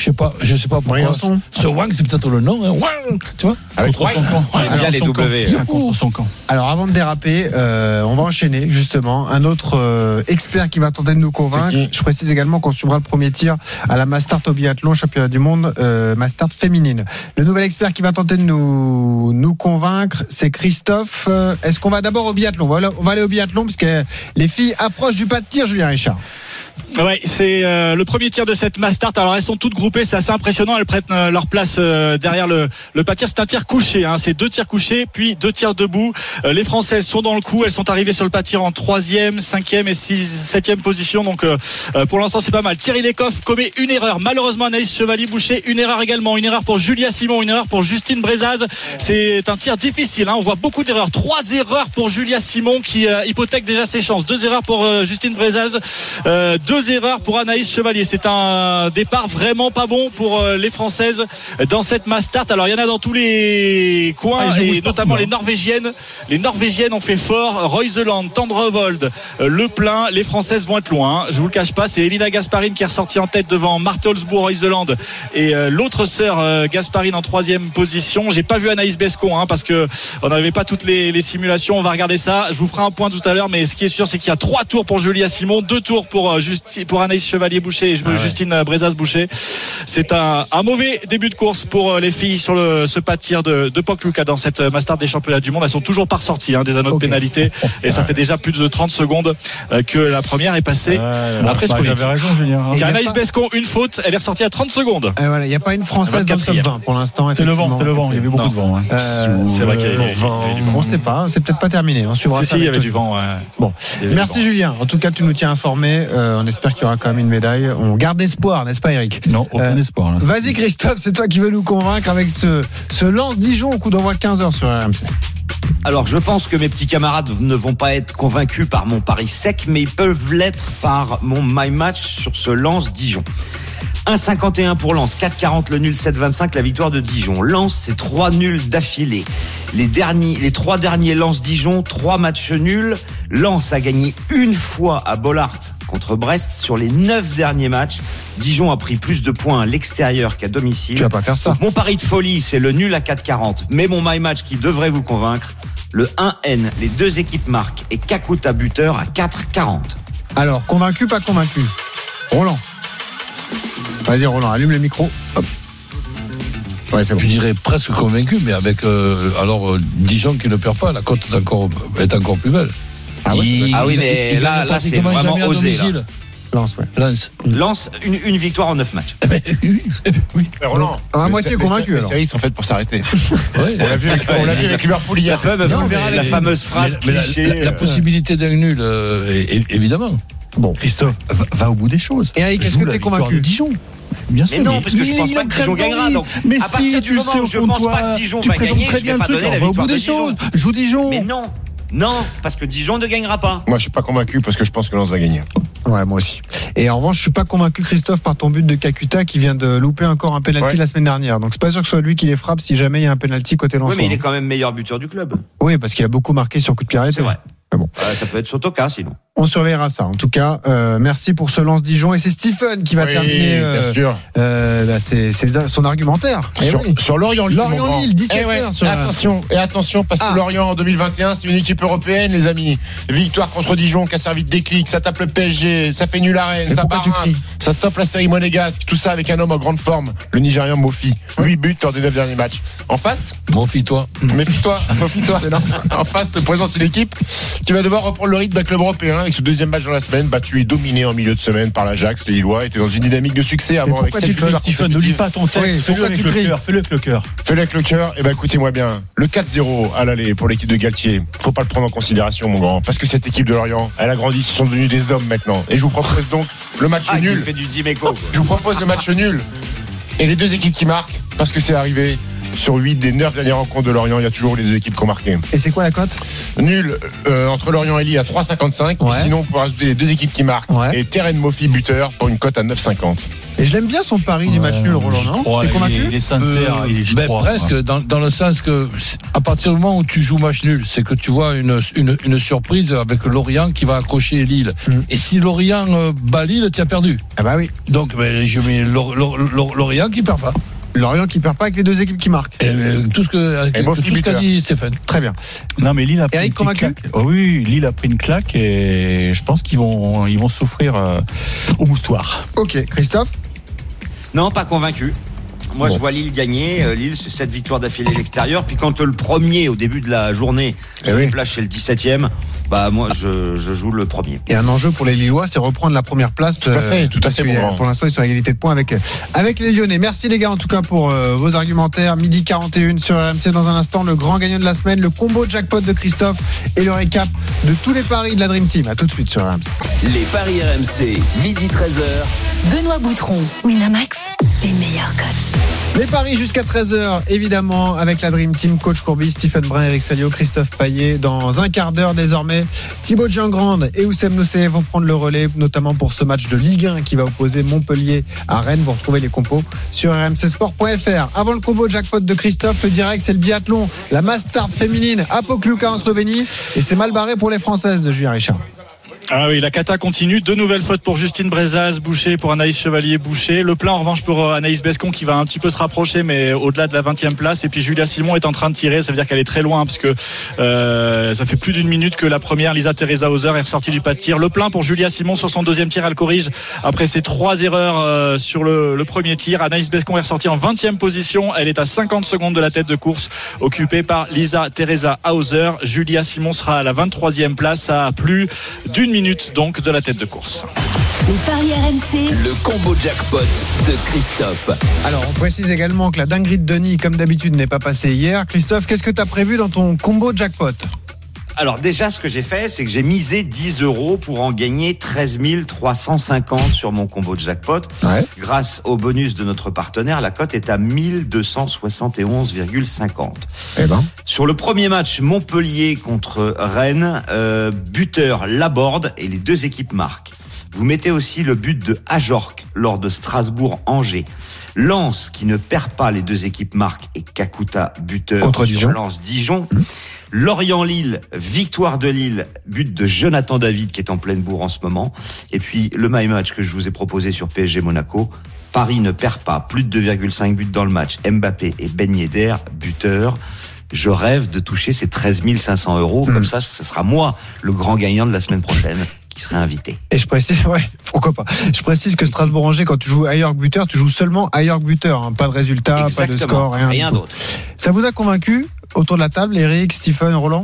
sais pas pourquoi. Briançon. Ce Wang, c'est peut-être le nom, hein. Wang, tu vois. Avec Contre son camp. Il y a les W. Contre son camp. Alors avant de déraper, on va enchaîner justement un autre expert qui va tenter de nous convaincre. Je précise également qu'on suivra le premier tir à la Mastart au biathlon, championnat du monde Mastart féminine. Le nouvel expert qui va tenter de nous convaincre, c'est Christophe. Est-ce qu'on va d'abord au biathlon ? On va aller au biathlon parce que les filles approchent du pas de tir, Julien Richard. Ouais, c'est le premier tir de cette Mastart. Alors elles sont toutes groupées, c'est assez impressionnant. Elles prennent leur place derrière le pas de tir. C'est un tir couché, hein. C'est 2 tirs couchés, puis 2 tirs debout. Les Françaises sont dans le coup. Elles sont arrivées sur le pas de tir en 3e, 5e et 7e position. Donc pour l'instant c'est pas mal. Thierry Lecoff commet une erreur. Malheureusement Anaïs Chevalier-Boucher, une erreur également. Une erreur pour Julia Simon, une erreur pour Justine Brezaz. C'est un tir difficile, hein. On voit beaucoup d'erreurs. 3 erreurs pour Julia Simon qui hypothèque déjà ses chances. 2 erreurs pour Justine Brezaz. 2 erreurs pour Anaïs Chevalier. C'est un départ vraiment pas bon pour les Françaises dans cette Mastart. Alors il y en a dans tous les coins et notamment les Norvégiennes. Les Norvégiennes ont fait fort. Reuseland, Tendrevold, Le Plein. Les Françaises vont être loin. Je vous le cache pas. C'est Elina Gasparine qui est ressortie en tête devant Marthe Holzbourg, Reuseland et l'autre sœur Gasparine en 3e position. J'ai pas vu Anaïs Bescon, hein, parce que on n'avait pas toutes les simulations. On va regarder ça. Je vous ferai un point tout à l'heure, mais ce qui est sûr, c'est qu'il y a 3 tours pour Julia Simon, 2 tours pour Anaïs Chevalier-Boucher et Justine Brezaz-Boucher. C'est un mauvais début de course pour les filles sur ce pas de tir de Pokljuka dans cette Mastart des championnats du monde. Elles sont toujours pas ressorties, hein, des anneaux de pénalité, et ça fait déjà plus de 30 secondes que la première est passée après J'avais raison, Julien. Anaïs Bescon, une faute, elle est ressortie à 30 secondes. Voilà, il n'y a pas une Française dans le top 20 pour l'instant. C'est le vent, il y avait beaucoup de vent. C'est vrai qu'il y avait du vent. On ne sait pas, c'est peut-être pas terminé. On suivra ça. Il y avait du vent. Bon, merci Julien. En tout cas, tu nous tiens informés. On espère qu'il y aura quand même une médaille. On garde espoir, n'est-ce pas, Eric ? Non, aucun espoir. Là. Vas-y, Christophe, c'est toi qui veux nous convaincre avec ce Lens-Dijon au coup d'envoi 15h sur RMC. Alors je pense que mes petits camarades ne vont pas être convaincus par mon pari sec, mais ils peuvent l'être par mon my match sur ce Lens-Dijon. 1,51 pour Lens, 4,40 le nul, 7,25 la victoire de Dijon. Lens, c'est 3 nuls d'affilée. Les 3 derniers Lens-Dijon, 3 matchs nuls. Lens a gagné une fois à Bollaert contre Brest sur les 9 derniers matchs. Dijon a pris plus de points à l'extérieur qu'à domicile. Tu vas pas faire ça. Donc, mon pari de folie, c'est le nul à 4,40. Mais mon my match qui devrait vous convaincre, le 1N, les 2 équipes marquent et Kakuta buteur à 4,40. Alors, convaincu, pas convaincu ? Roland. Vas-y Roland, allume le micro. Hop. Ouais, c'est bon. Je dirais presque convaincu, mais avec Dijon qui ne perd pas, la cote est encore plus belle. Ah oui, mais là c'est vraiment osé. Lens, ouais. Lens, une victoire en 9 matchs. Oui. Roland, à moitié convaincu. Les séries sont faites pour s'arrêter. Ouais. On l'a vu avec Liverpool hier. La fameuse phrase cliché. La possibilité d'un nul, évidemment. Bon, Christophe, va au bout des choses. Eric, est-ce que tu es convaincu ? Dijon. Bien sûr, mais non, parce que je pense pas que Dijon gagnera. Donc, mais à partir du moment où je pense pas que Dijon va gagner, je vais pas donner la victoire de Dijon. Joue Dijon. Mais non, parce que Dijon ne gagnera pas. Moi, je suis pas convaincu parce que je pense que Lens va gagner. Ouais, moi aussi. Et en revanche, je suis pas convaincu, Christophe, par ton but de Kakuta qui vient de louper encore un penalty la semaine dernière. Donc c'est pas sûr que ce soit lui qui les frappe si jamais il y a un penalty côté Lens. Oui, mais il est quand même meilleur buteur du club. Oui, parce qu'il a beaucoup marqué sur coup de pied arrêté. C'est vrai. Mais bon. Ça peut être Sotoka sinon. On surveillera ça. En tout cas, merci pour ce Lens-Dijon. Et c'est Stephen qui va terminer bien sûr. C'est son argumentaire. Sur Lorient-Lille. Lorient-Lille, 17h. Attention, parce que Lorient en 2021, c'est une équipe européenne, les amis. Victoire contre Dijon qui a servi de déclic. Ça tape le PSG, ça fait nul à Rennes, ça part Reims, ça stoppe la série monégasque. Tout ça avec un homme en grande forme, le Nigérian Mofi. 8 buts lors des 9 derniers matchs. En face, Méfie-toi. En face, se présente une équipe qui va devoir reprendre le rythme d'un club européen. Avec ce deuxième match dans la semaine, battu et dominé en milieu de semaine par l'Ajax. Les Lillois étaient dans une dynamique de succès avant avec 7 victoires. Stephen, ne lis pas ton texte, fais-le avec le cœur. Fais-le avec le cœur. Et écoutez-moi bien, le 4-0 à l'aller pour l'équipe de Galtier, faut pas le prendre en considération, mon grand, parce que cette équipe de Lorient, elle a grandi, ce sont devenus des hommes maintenant. Et je vous propose donc le match nul. Il fait du Dimeco. Je vous propose le match nul et les 2 équipes qui marquent, parce que c'est arrivé. sur 8 des 9 dernières rencontres de Lorient. Il y a toujours les deux équipes qui ont marqué. Et c'est quoi la cote ? Nul entre Lorient et Lille à 3,55. Ouais. Sinon, on peut rajouter les deux équipes qui marquent. Ouais. Et Terren Mofi buteur pour une cote à 9,50. Et je l'aime bien son pari du match nul, Roland, non ? T'es convaincu ? Il est sincère. Presque, dans le sens que à partir du moment où tu joues match nul, c'est que tu vois une surprise avec Lorient qui va accrocher Lille. Et si Lorient bat Lille, tu as perdu. Ah bah oui. Donc je mets Lorient qui perd pas. Lorient qui perd pas avec les deux équipes qui marquent. Tout ce qu'a dit Stéphane. Très bien. Non, mais Lille a pris Eric, une petite claque. Oh oui, Lille a pris une claque et je pense qu'ils vont souffrir au moustoir. Ok, Christophe ? Non, pas convaincu. Moi, je vois Lille gagner. Lille, c'est 7 victoires d'affilée à l'extérieur. Puis quand le premier, au début de la journée, se déplace chez le 17e, bah moi, je joue le premier. Et un enjeu pour les Lillois, c'est reprendre la première place. Tout à fait. Pour l'instant, ils sont à égalité de points avec les Lyonnais. Merci les gars, en tout cas, pour vos argumentaires. 12h41 sur RMC. Dans un instant, le grand gagnant de la semaine, le combo jackpot de Christophe et le récap de tous les paris de la Dream Team. À tout de suite sur RMC. Les paris RMC, 12h13. Benoît Boutron, Winamax, les meilleurs cotes. Les paris jusqu'à 13h, évidemment, avec la Dream Team, coach Courbis, Stephen Brun, Eric Salio, Christophe Payet. Dans un quart d'heure désormais, Thibaut Giangrande et Oussem Nosé vont prendre le relais, notamment pour ce match de Ligue 1 qui va opposer Montpellier à Rennes. Vous retrouvez les compos sur rmcsport.fr. Avant le combo jackpot de Christophe, le direct, c'est le biathlon, la Mastart féminine à Pokljuka en Slovénie. Et c'est mal barré pour les Françaises de Julien Richard. Ah oui, la cata continue. 2 nouvelles fautes pour Justine Brezaz, Boucher pour Anaïs Chevalier, Boucher. Le plein en revanche pour Anaïs Bescon qui va un petit peu se rapprocher, mais au-delà de la 20e place. Et puis Julia Simon est en train de tirer. Ça veut dire qu'elle est très loin parce que ça fait plus d'une minute que la première, Lisa Teresa Hauser, est ressortie du pas de tir. Le plein pour Julia Simon sur son deuxième tir. Elle corrige après ses 3 erreurs sur le premier tir. Anaïs Bescon est ressortie en 20e position. Elle est à 50 secondes de la tête de course, occupée par Lisa Teresa Hauser. Julia Simon sera à la 23e place, à plus d'une minute donc de la tête de course. Les paris RMC, le combo jackpot de Christophe. Alors on précise également que la dinguerie de Denis, comme d'habitude, n'est pas passée hier. Christophe, qu'est-ce que tu as prévu dans ton combo jackpot ? Alors déjà, ce que j'ai fait, c'est que j'ai misé 10 € pour en gagner 13 350 sur mon combo de jackpot. Ouais. Grâce au bonus de notre partenaire, la cote est à 1271,50. Eh ben. Sur le premier match, Montpellier contre Rennes, buteur Laborde et les deux équipes marquent. Vous mettez aussi le but de Ajorc lors de Strasbourg-Angers. Lens qui ne perd pas, les deux équipes marquent, et Kakuta buteur contre sur Dijon. Lens-Dijon. Lorient-Lille, victoire de Lille, but de Jonathan David qui est en pleine bourre en ce moment. Et puis le my match que je vous ai proposé sur PSG Monaco. Paris ne perd pas, plus de 2,5 buts dans le match. Mbappé et Ben Yedder, buteur. Je rêve de toucher ces 13 500 €. Comme ça, ce sera moi le grand gagnant de la semaine prochaine qui serait invité. Et je précise, ouais, pourquoi pas. Je précise que Strasbourg-Angers, quand tu joues Ajorc buteur, tu joues seulement Ajorc buteur, hein. Pas de résultat, Exactement, pas de score, rien d'autre. Ça vous a convaincu autour de la table, Eric, Stephen, Roland?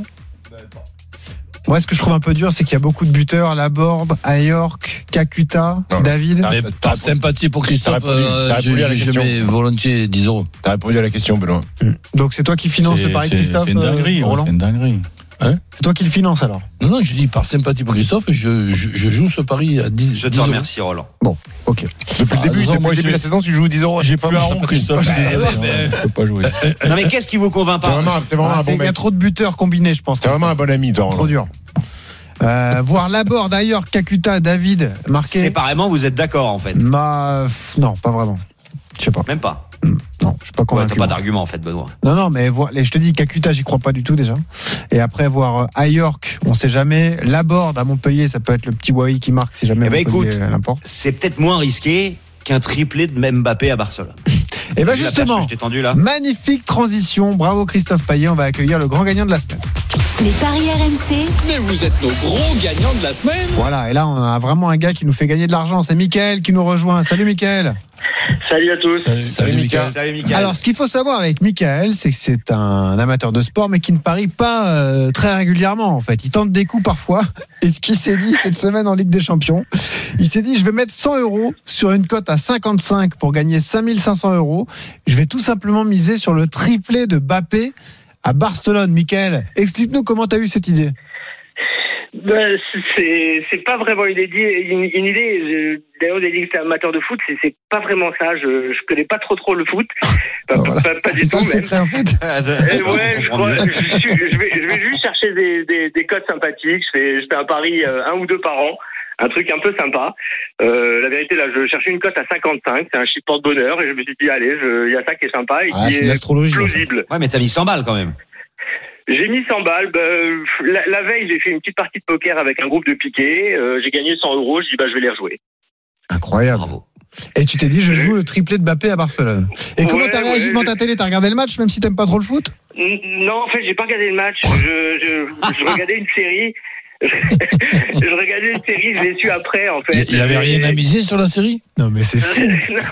Moi, ce que je trouve un peu dur, c'est qu'il y a beaucoup de buteurs, Laborde, Ajorc, Kakuta, David. Mais par sympathie pour Christophe, je mets volontiers 10 €. T'as répondu à la question, Benoît. Donc c'est toi qui finance le pari, Christophe? C'est une dinguerie, Roland. c'est une dinguerie. Hein? C'est toi qui le finance alors? Non, je dis par sympathie pour Christophe, je joue ce pari à 10 €. Je te remercie, Roland. Bon, ok. Depuis le début de la saison, tu joues 10 €. J'ai plus un rond, Christophe. Je peux pas jouer. Non mais qu'est-ce qui vous convainc pas? T'es vraiment un bon Il y a mec. trop de buteurs combinés, je pense. T'es vraiment un bon ami, toi. Trop dur. Voir Laborde, d'ailleurs, Kakuta, David marqué. Séparément, vous êtes d'accord en fait? Non, pas vraiment. Je sais pas. Même pas. Non, je suis pas Ouais, convaincu. t'as pas d'argument en fait, Benoît. Non, mais je te dis, Kakuta, j'y crois pas du tout déjà. Et après, voir Ajorc, on sait jamais. Laborde à Montpellier, ça peut être le petit Wai qui marque si jamais. Eh ben Montpellier écoute, l'importe. c'est peut-être moins risqué qu'un triplé de Mbappé à Barcelone. Et ben Vu la perche justement, que je t'ai tendue, là. magnifique transition. Bravo Christophe Payet. On va accueillir le grand gagnant de la semaine. les paris RMC, Mais vous êtes nos gros gagnants de la semaine. Voilà. Et là, on a vraiment un gars qui nous fait gagner de l'argent. C'est Mickaël qui nous rejoint. Salut Mickaël. Salut à tous. Salut Mika. Salut Mickaël. Alors, ce qu'il faut savoir avec Mickaël, c'est que c'est un amateur de sport, mais qui ne parie pas très régulièrement, en fait. Il tente des coups parfois. Et ce qu'il s'est dit cette semaine en Ligue des Champions, il s'est dit, je vais mettre 100 € sur une cote à 55 pour gagner 5500 €. Je vais tout simplement miser sur le triplé de Mbappé à Barcelone. Mickaël, explique-nous comment tu as eu cette idée. C'est pas vraiment une idée. D'ailleurs, j'ai dit que c'est amateur de foot, c'est pas vraiment ça. Je connais pas trop le foot. Pas du tout. C'est secret, en fait. Je vais juste chercher des cotes sympathiques. Je fais un pari 1 ou 2 par an. Un truc un peu sympa. La vérité, là, je cherchais une cote à 55. C'est un chiffre porte-bonheur. Et je me suis dit, allez, il y a ça qui est sympa et qui est plausible. Ouais, mais t'as mis 100 balles quand même. J'ai mis 100 balles. La veille, j'ai fait une petite partie de poker avec un groupe de piquets. J'ai gagné 100 €. Je dis, je vais les rejouer. Incroyable. Bravo. Et tu t'es dit, je joue le triplé de Mbappé à Barcelone. Et comment t'as réagi devant ta télé? T'as regardé le match, même si t'aimes pas trop le foot? Non, en fait, j'ai pas regardé le match. Je regardais une série. Je regardais une série, je l'ai su après, en fait. Il avait rien à miser sur la série? Non, mais c'est fou.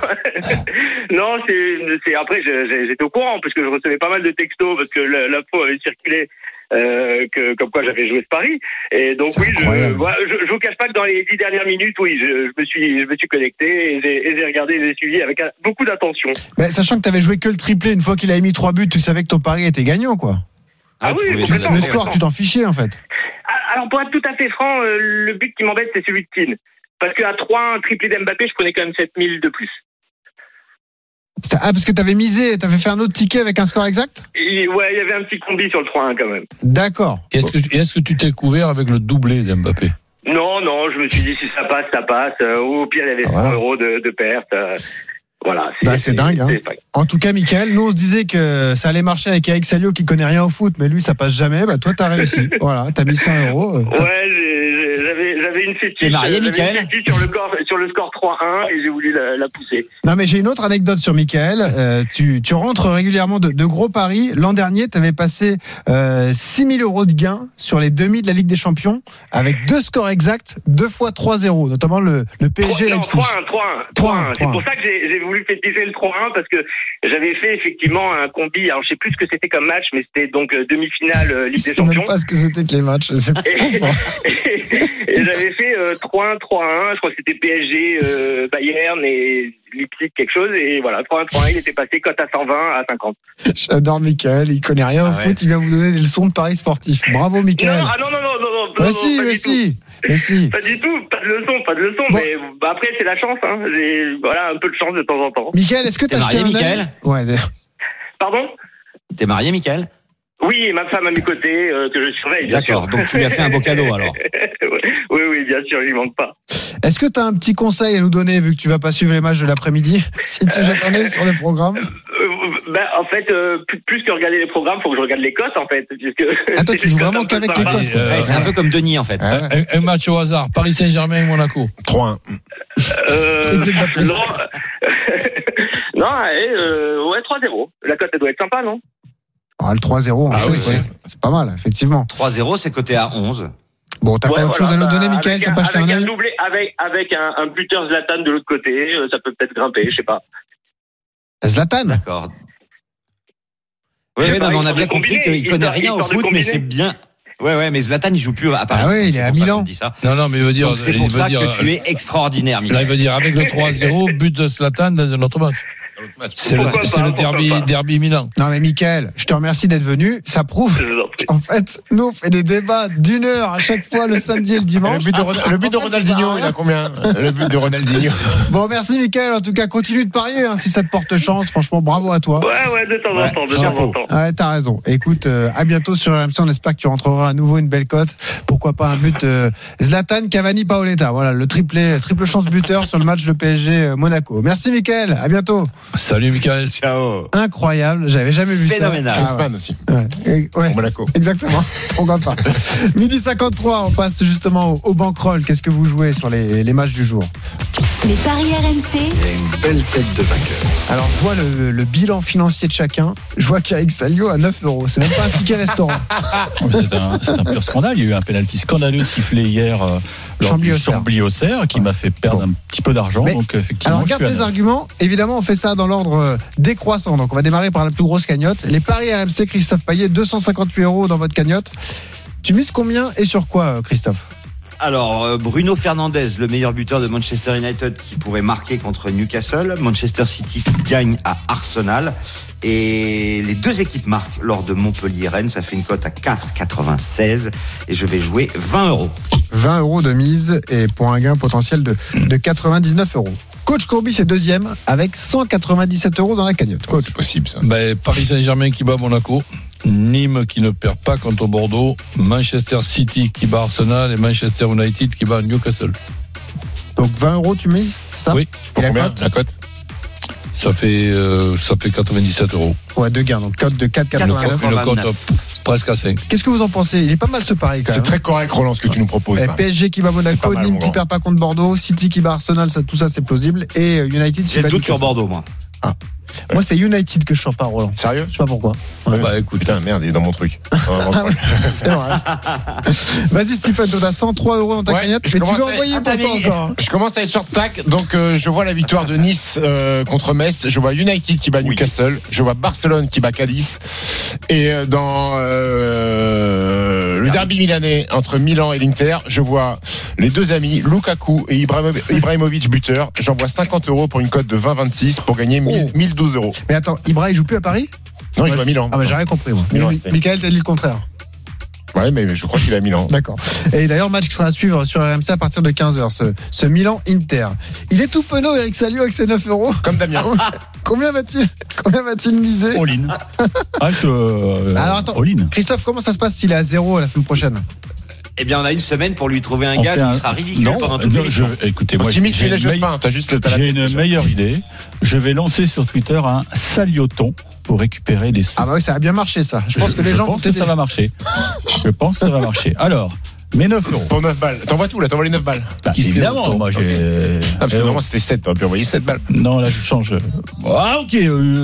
Non, c'est après, j'étais au courant, parce que je recevais pas mal de textos, parce que l'info avait circulé, comme quoi j'avais joué ce pari. Et donc, oui, je vous cache pas que dans les 10 dernières minutes, oui, je me suis connecté et j'ai regardé, j'ai suivi avec beaucoup d'attention. Mais sachant que t'avais joué que le triplé, une fois qu'il avait mis 3 buts, tu savais que ton pari était gagnant, quoi. Ah oui, le score, tu t'en fichais, en fait. Alors, pour être tout à fait franc, le but qui m'embête, c'est celui de Keane. Parce qu'à 3, un triplé d'Mbappé, je prenais quand même 7000 de plus. Ah, parce que t'avais fait un autre ticket avec un score exact? Ouais, il y avait un petit combi sur le 3-1 quand même. D'accord. Est-ce que tu t'es couvert avec le doublé d'Mbappé? Non, je me suis dit, si ça passe, ça passe. Au pire, il y avait 100 € de perte. Voilà. C'est dingue. Hein. En tout cas, Mickaël, nous on se disait que ça allait marcher avec Eric Salio qui connaît rien au foot, mais lui ça passe jamais. Toi t'as réussi. Voilà, t'as mis 100 €. Ouais, j'avais une fétiche. T'es marié, Mickaël? Sur le score 3-1 et j'ai voulu la pousser. Non, mais j'ai une autre anecdote sur Mickaël. Tu rentres régulièrement de gros paris. L'an dernier, t'avais passé 6 000 € de gains sur les demi de la Ligue des Champions avec 2 scores exacts, 2 fois 3-0, notamment le PSG Leipzig. 3-1. C'est pour ça que j'ai voulu féticher le 3-1 parce que j'avais fait effectivement un combi. Alors je sais plus ce que c'était comme match, mais c'était donc demi-finale Ligue des Champions. Je sais même pas ce que c'était que les matchs. C'est et j'avais fait 3-1, 3-1. Je crois que c'était PSG, Bayern et Leipzig quelque chose. Et voilà, 3-1, 3-1. Il était passé cote à 120 à 50. J'adore Mickaël. Il connaît rien au foot. Il vient vous donner des leçons de paris sportifs. Bravo Mickaël. Non. Si. Pas du tout. Pas de leçon. Bon. Mais après, c'est la chance. Hein. J'ai un peu de chance de temps en temps. Mickaël, est-ce que t'as acheté marié, Mickaël? Ouais. Pardon? T'es marié, Mickaël? Oui, et ma femme à mes côtés, que je surveille, bien sûr. D'accord, donc tu lui as fait un beau cadeau, alors. Oui, bien sûr, il lui manque pas. Est-ce que tu as un petit conseil à nous donner, vu que tu vas pas suivre les matchs de l'après-midi, si tu jettes un œil sur les programmes? En fait, plus que regarder les programmes, faut que je regarde les cotes, en fait. Toi, tu joues vraiment qu'avec les cotes. C'est un peu comme Denis, en fait. Un match au hasard, Paris Saint-Germain et Monaco. 3-1. Non, 3-0. La cote, elle doit être sympa, non? Le 3-0, c'est pas mal, effectivement. 3-0, c'est coté à 11. Bon, t'as pas autre chose à nous donner, Mickaël? T'as pas acheté un œil? doublé avec un buteur Zlatan de l'autre côté, ça peut peut-être grimper, je sais pas. Zlatan? D'accord. Oui, mais on a bien compris qu'il connaît rien au foot, mais c'est bien. Ouais, mais Zlatan, il joue plus à Paris. Ah oui, il est à Milan. Non, mais il veut dire. Donc c'est pour ça que tu es extraordinaire, Mickaël. Là, il veut dire avec le 3-0, but de Zlatan dans un autre match. C'est le derby Milan. Non mais Mickaël, je te remercie d'être venu. Ça prouve en fait, nous on fait des débats d'1 heure à chaque fois le samedi et le dimanche. Le but de Ronaldinho, il a combien? Le but de Ronaldinho. Bon, merci Mickaël. En tout cas, continue de parier si ça te porte chance. Franchement, bravo à toi. Ouais, de temps en temps. Ouais, t'as raison. Écoute, à bientôt sur RMC. On espère que tu rentreras à nouveau une belle cote. Pourquoi pas un but Zlatan, Cavani, Paoletta. Voilà, le triple chance buteur sur le match de PSG Monaco. Merci Mickaël. À bientôt. Salut Mickaël. Ciao. Incroyable, j'avais jamais vu Phénoménal. ça. Phénoménal aussi. Ouais. Monaco. Exactement. On va pas. 12h53, on passe justement au bankroll. Qu'est-ce que vous jouez sur les matchs du jour? Les paris RMC. Il y a une belle tête de vainqueur. Alors je vois le bilan financier de chacun. Je vois qu'Eric Salio à 9 €. C'est même pas un ticket restaurant. C'est un pur scandale. Il y a eu un pénalty scandaleux sifflé hier lors du Chambly-Auxerre qui m'a fait perdre un petit peu d'argent. Donc effectivement, alors regarde les arguments. Évidemment, on fait ça dans l'ordre décroissant. Donc on va démarrer par la plus grosse cagnotte. Les paris RMC, Christophe Payet, 258 € dans votre cagnotte. Tu mises combien et sur quoi, Christophe? Alors, Bruno Fernandes, le meilleur buteur de Manchester United, qui pourrait marquer contre Newcastle. Manchester City qui gagne à Arsenal. Et les deux équipes marquent lors de Montpellier-Rennes. Ça fait une cote à 4,96. Et je vais jouer 20 €. 20 € de mise et pour un gain potentiel de 99 €. Coach Courbis est deuxième avec 197 € dans la cagnotte. Coach. C'est possible ça. Paris Saint-Germain qui bat Monaco, Nîmes qui ne perd pas contre Bordeaux, Manchester City qui bat Arsenal et Manchester United qui bat Newcastle. Donc 20 € tu mises, c'est ça? Oui. Et La cote ça fait 97 €. Ouais, deux gains, donc cote de 4,89. Une cote presque à 5. Qu'est-ce que vous en pensez? Il est pas mal ce pari quand même. C'est très correct, Roland, ce que tu nous proposes. PSG qui bat Monaco, Nîmes qui perd pas contre Bordeaux, City qui bat Arsenal, ça, tout ça c'est plausible. Et United qui J'ai bat le doute sur Newcastle. Bordeaux, moi. Ah. Moi c'est United que je chante pas, Roland. Sérieux? Je sais pas pourquoi. Ouais. Écoute, putain, merde, il est dans mon truc. C'est vrai. Vas-y Stephen, tu as 103 € dans ta cagnotte, mais tu veux envoyer pourtant encore. Je commence à être short stack, donc je vois la victoire de Nice contre Metz, je vois United qui bat Newcastle, je vois Barcelone qui bat Cadiz, et dans le derby milanais entre Milan et l'Inter, je vois les deux amis Lukaku et Ibrahimovic buteur. J'en vois 50 € pour une cote de 20,26 pour gagner 1012 €. Mais attends, Ibra il joue plus à Paris? Non, il joue à Milan. Ah bah j'ai rien compris moi. Michael t'as dit le contraire. Ouais, mais je crois qu'il est à Milan. D'accord. Et d'ailleurs, match qui sera à suivre sur RMC à partir de 15h, ce Milan-Inter. Il est tout penaud, Eric Salio, avec ses 9 €. Comme Damien. Combien va-t-il miser? All-in. Alors attends, all-in. Christophe, comment ça se passe s'il est à 0 la semaine prochaine? Eh bien, on a une semaine pour lui trouver un gage qui sera ridicule pendant toute l'émission. Écoutez, moi, Jimmy, tu lèches pas, t'as juste j'ai une meilleure idée. Je vais lancer sur Twitter un salioton pour récupérer des sous. Ah bah oui, ça a bien marché ça. Je pense que les gens vont ça va marcher. Je pense que ça va marcher. Alors, mes 9 €. Pour 9 balles. T'envoies tout là, t'envoies les 9 balles. Évidemment, moi j'ai. Parce que normalement c'était 7, t'aurais pu envoyer 7 balles. Non, là je change. Ah ok,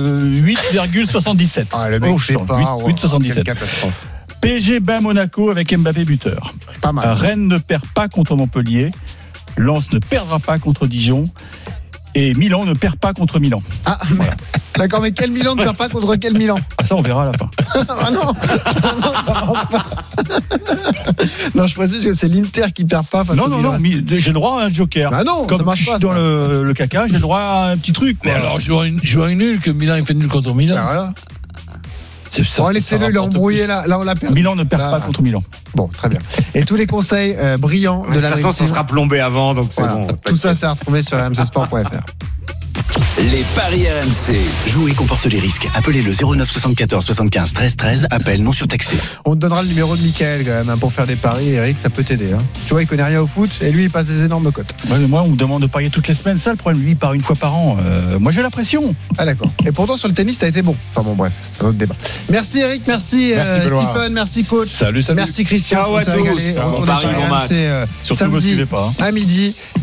8,77. Ah le mec, je sais pas. 8,77. Catastrophe. PSG bat Monaco avec Mbappé buteur. Pas mal. Rennes ne perd pas contre Montpellier. Lens ne perdra pas contre Dijon. Et Milan ne perd pas contre Milan. Ah, voilà. D'accord, mais quel Milan ne perd pas contre quel Milan? Ah, ça on verra à la fin. Ah non, ça marche pas. Non, je précise que c'est l'Inter qui perd pas face au Milan. Non, j'ai le droit à un joker. Bah non, comme ça marche je suis pas, dans le caca, j'ai le droit à un petit truc. Mais alors, je vois un nul, que Milan il fait nul contre Milan. Ah, voilà. Ça, bon, laissez-le, il a embrouillé là, on l'a perdu. Milan ne perd pas contre Milan. Bon, très bien. Et tous les conseils brillants de la toute façon, ça sera plombé avant, donc c'est bon. Tout ça, c'est à retrouver sur rmcsport.fr. Les paris RMC. Jouer comporte les risques. Appelez le 09 74 75 13 13. Appel non surtaxé. On te donnera le numéro de Mickaël quand même pour faire des paris. Eric, ça peut t'aider. Hein. Tu vois, il connaît rien au foot et lui, il passe des énormes cotes. Ouais, moi, on me demande de parier toutes les semaines. Ça, le problème, lui, il part une fois par an. Moi, j'ai la pression. Ah d'accord. Et pourtant, sur le tennis, t'as été bon. Enfin bon, bref, c'est un autre débat. Merci Eric, merci Stephen, merci coach. Salut. Merci Christian. Ciao à tous. On Bon pari, bon match. samedi Surtout, me suivez pas. À midi.